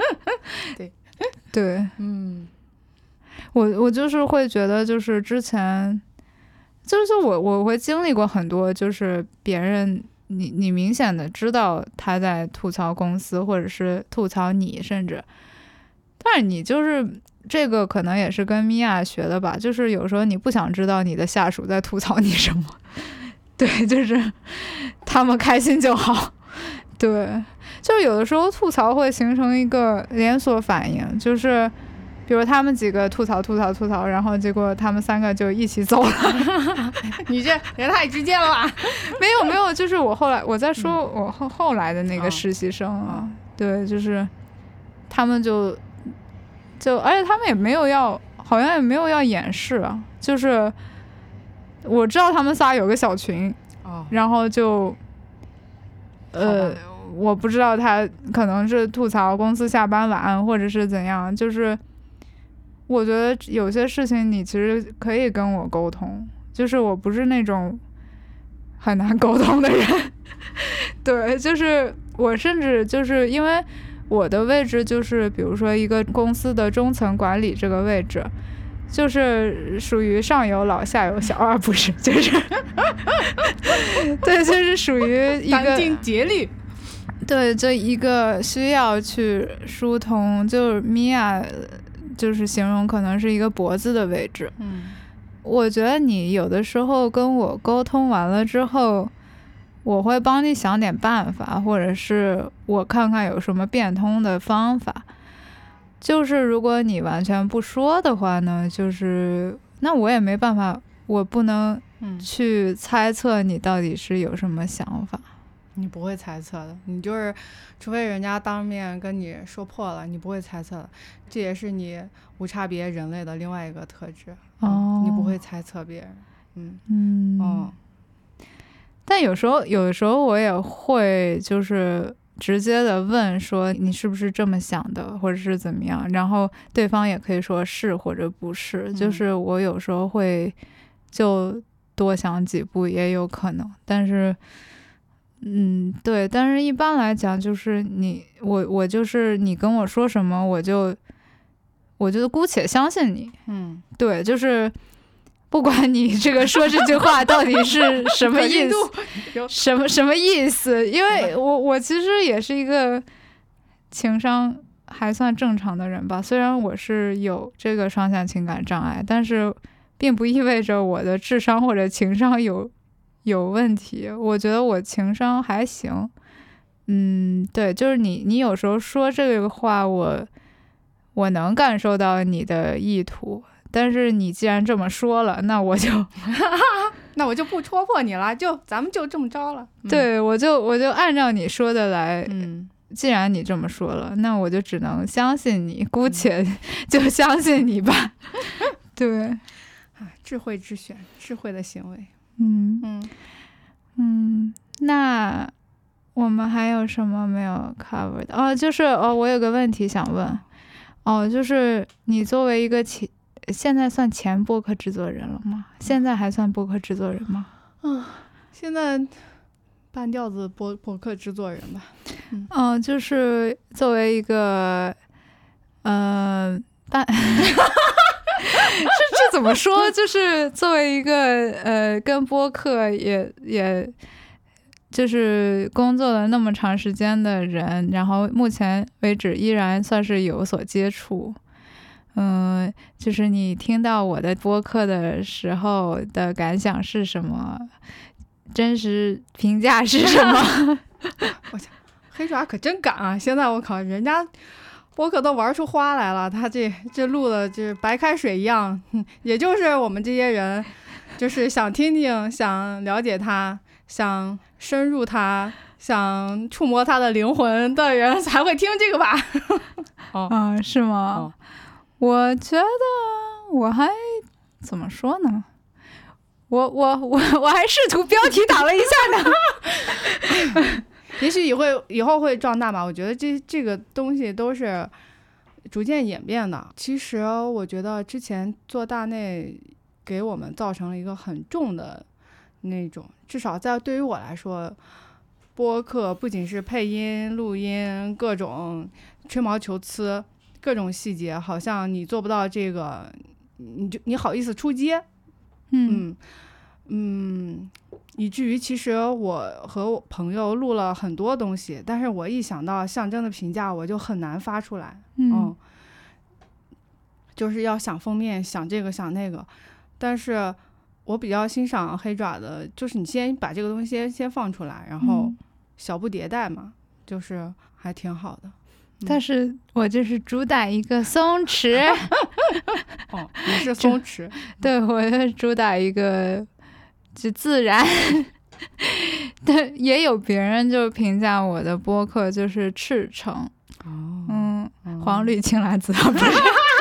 对我就是会觉得就是之前就是我会经历过很多，就是别人你明显的知道他在吐槽公司或者是吐槽你，甚至但是你就是这个可能也是跟米娅学的吧，就是有时候你不想知道你的下属在吐槽你什么对，就是他们开心就好。对，就有的时候吐槽会形成一个连锁反应，就是比如他们几个吐槽，然后结果他们3个就一起走了你这也太直接了吧没有，就是我在说我后来的那个实习生对，就是他们就而且他们也没有好像也没有要掩饰啊，就是我知道他们仨有个小群然后就我不知道他可能是吐槽公司下班晚或者是怎样，就是我觉得有些事情你其实可以跟我沟通，就是我不是那种很难沟通的人对，就是我甚至就是因为我的位置就是比如说一个公司的中层管理这个位置，就是属于上有老下有小啊，不是，就是对，就是属于一个斩钉截律， 对，就一个需要去疏通，就是米娅就是形容可能是一个脖子的位置。我觉得你有的时候跟我沟通完了之后，我会帮你想点办法，或者是我看看有什么变通的方法。就是如果你完全不说的话呢，就是那我也没办法，我不能去猜测你到底是有什么想法。 你不会猜测的，你就是除非人家当面跟你说破了，你不会猜测的。这也是你无差别人类的另外一个特质。你不会猜测别人。 但有时候我也会就是直接的问说你是不是这么想的，或者是怎么样，然后对方也可以说是或者不是。就是我有时候会就多想几步也有可能，但是对，但是一般来讲就是我就是你跟我说什么我就姑且相信你。对，就是不管你这个说这句话到底是什么意思什么意思，因为我其实也是一个情商还算正常的人吧，虽然我是有这个双向情感障碍，但是并不意味着我的智商或者情商有问题。我觉得我情商还行。对，就是你有时候说这个话我能感受到你的意图，但是你既然这么说了，那我就那我就不戳破你了，咱们就这么着了。 对，我就按照你说的来。既然你这么说了，那我就只能相信你，姑且就相信你吧。对， 智慧之选，智慧的行为。 那我们还有什么没有 cover 的？就是我有个问题想问。就是你作为一个现在算前播客制作人了吗？现在还算播客制作人吗？ 现在半吊子播客制作人吧。 就是作为一个这怎么说？就是作为一个跟播客也就是工作了那么长时间的人，然后目前为止依然算是有所接触。就是你听到我的播客的时候的感想是什么？真实评价是什么？ 我想黑爪可真敢啊！现在我靠，人家播客都玩出花来了，他这录的就白开水一样。也就是我们这些人，就是想听听、想了解他、想深入他、想触摸他的灵魂的人才会听这个吧？ 是吗？我觉得我还怎么说呢？我还试图标题党了一下呢。 也许以后会壮大吧。我觉得这个东西都是逐渐演变的。其实我觉得之前做大内给我们造成了一个很重的那种，至少对于我来说，播客不仅是配音、录音，各种吹毛求疵，各种细节，好像你做不到这个，你好意思出街？以至于其实我和我朋友录了很多东西，但是我一想到象征的评价，我就很难发出来。就是要想封面，想这个想那个。但是我比较欣赏黑爪的，就是你先把这个东西先放出来，然后小步迭代嘛，就是还挺好的。 但是我就是主打一个松弛。 你是松弛。 对，我就主打一个就自然。对，也有别人就评价我的播客就是赤诚。黄绿青蓝紫不是。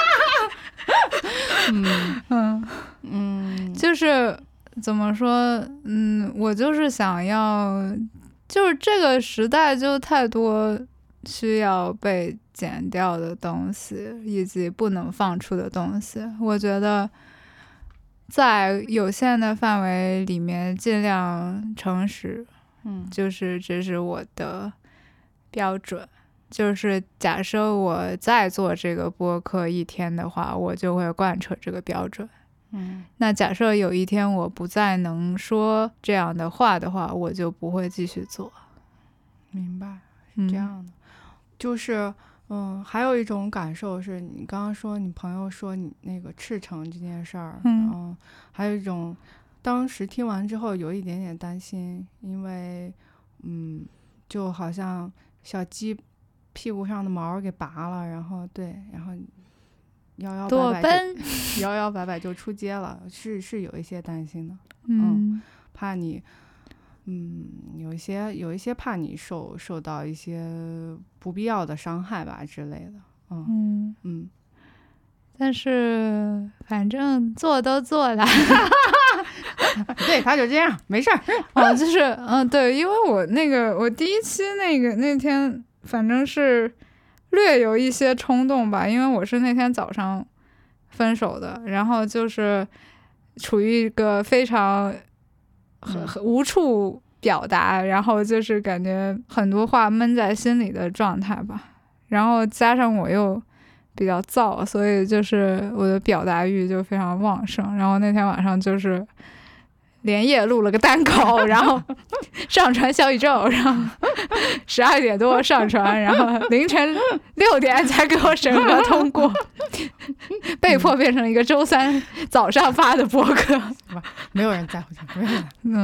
就是怎么说？我就是想要，就是这个时代就太多需要被剪掉的东西，以及不能放出的东西。我觉得在有限的范围里面尽量诚实，就是这是我的标准。就是假设我再做这个播客1天的话，我就会贯彻这个标准。那假设有一天我不再能说这样的话的话，我就不会继续做。 明白，是这样的。就是还有一种感受是你刚刚说你朋友说你那个赤诚这件事儿，还有一种当时听完之后有一点点担心，因为就好像小鸡屁股上的毛给拔了，然后摇摇摆摆就出街了，是有一些担心的。怕你有一些怕你受到一些不必要的伤害吧之类的。 但是反正做都做了。 对，他就这样，没事儿。 就是对，因为我第一期那天反正是略有一些冲动吧，因为我是那天早上分手的，然后就是处于一个非常很无处表达，然后就是感觉很多话闷在心里的状态吧，然后加上我又比较燥，所以就是我的表达欲就非常旺盛，然后那天晚上就是连夜录了个单口，然后上传小宇宙，然后12点多上传，然后凌晨6点才给我审核通过，被迫变成一个周3早上发的播客。 没有人在乎这个。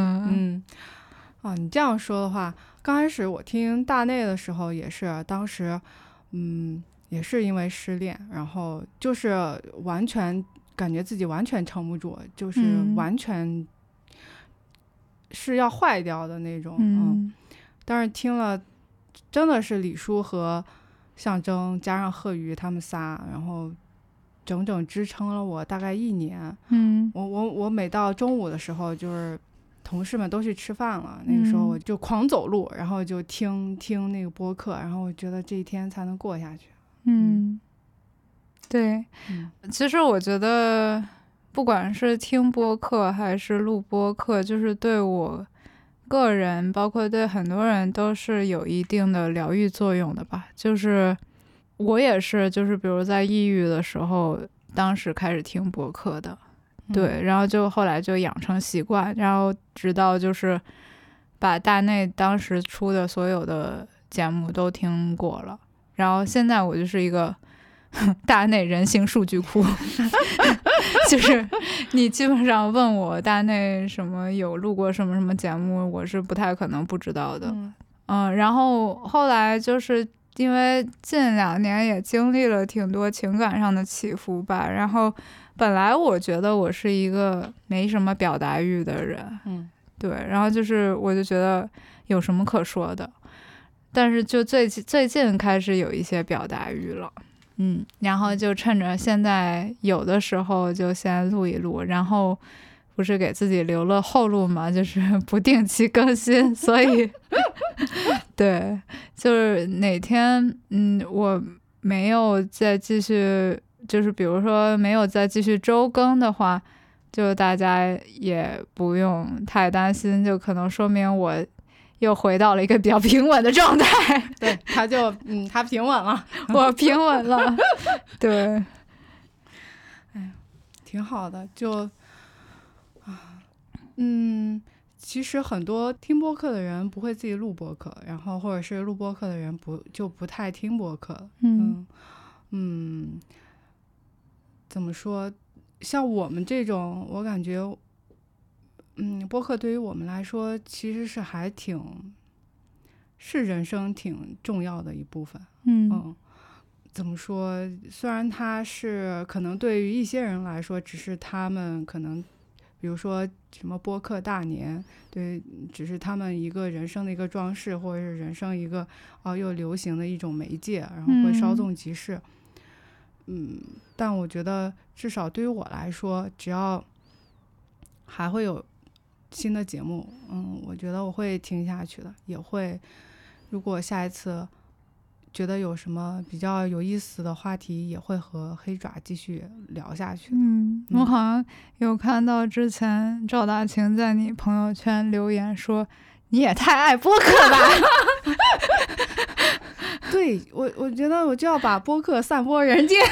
你这样说的话，刚开始我听大内的时候也是，当时也是因为失恋，然后就是完全感觉自己完全撑不住，就是完全是要坏掉的那种。但是听了真的是李叔和象征加上贺宇他们仨，然后整整支撑了我大概1年。我每到中午的时候，就是同事们都去吃饭了，那个时候我就狂走路，然后就听那个播客，然后我觉得这一天才能过下去。 对，其实我觉得不管是听播客还是录播客，就是对我个人包括对很多人都是有一定的疗愈作用的吧。就是我也是，就是比如在抑郁的时候当时开始听播客的，对，然后就后来就养成习惯，然后直到就是把大内当时出的所有的节目都听过了，然后现在我就是一个大内人形数据库。就是你基本上问我大内什么有录过什么什么节目，我是不太可能不知道的。然后后来就是因为近2年也经历了挺多情感上的起伏吧，然后本来我觉得我是一个没什么表达欲的人，对，然后就是我就觉得有什么可说的，但是就最近开始有一些表达欲了。然后就趁着现在有的时候就先录一录，然后不是给自己留了后路嘛，就是不定期更新，所以对，就是哪天我没有再继续，就是比如说没有再继续周更的话，就大家也不用太担心，就可能说明我又回到了一个比较平稳的状态。 对，他平稳了。 我平稳了。对， 挺好的。就其实很多听播客的人不会自己录播客，然后或者是录播客的人不太听播客了。怎么说，像我们这种，我感觉播客对于我们来说其实是人生挺重要的一部分。怎么说，虽然它是可能对于一些人来说只是他们可能比如说什么播客大年，对，只是他们一个人生的一个装饰，或者是人生一个又流行的一种媒介，然后会稍纵即逝。但我觉得至少对于我来说，只要还会有新的节目，我觉得我会听下去的，也会，如果下一次觉得有什么比较有意思的话题，也会和黑爪继续聊下去。 我好像有看到之前赵大晴在你朋友圈留言说你也太爱播客吧。 对，我觉得我就要把播客散播人间。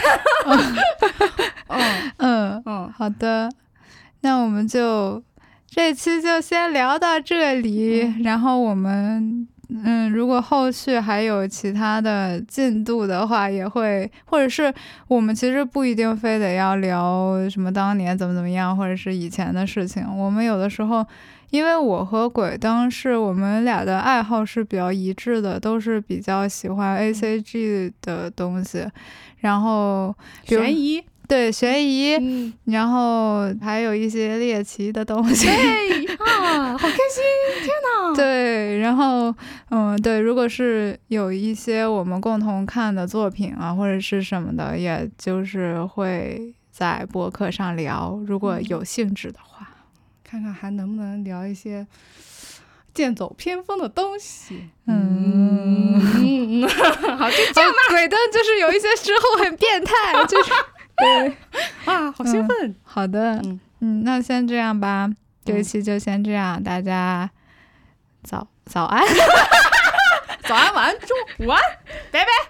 好的，那我们就这期就先聊到这里，然后我们如果后续还有其他的进度的话，也会，或者是我们其实不一定非得要聊什么当年怎么样，或者是以前的事情。我们有的时候，因为我和鬼灯是我们俩的爱好是比较一致的，都是比较喜欢 ACG 的东西，然后悬疑。 对，悬疑，然后还有一些猎奇的东西。 对啊，好开心！天哪。 对，然后对，如果是有一些我们共同看的作品啊，或者是什么的，也就是会在播客上聊，如果有兴致的话， 看看还能不能聊一些剑走偏锋的东西。好，就这样吧。 鬼灯就是有一些时候很变态，就是对啊，好兴奋。 好的，那先这样吧，这一期就先这样，大家早安， 早安，晚安，中午，午安，拜拜。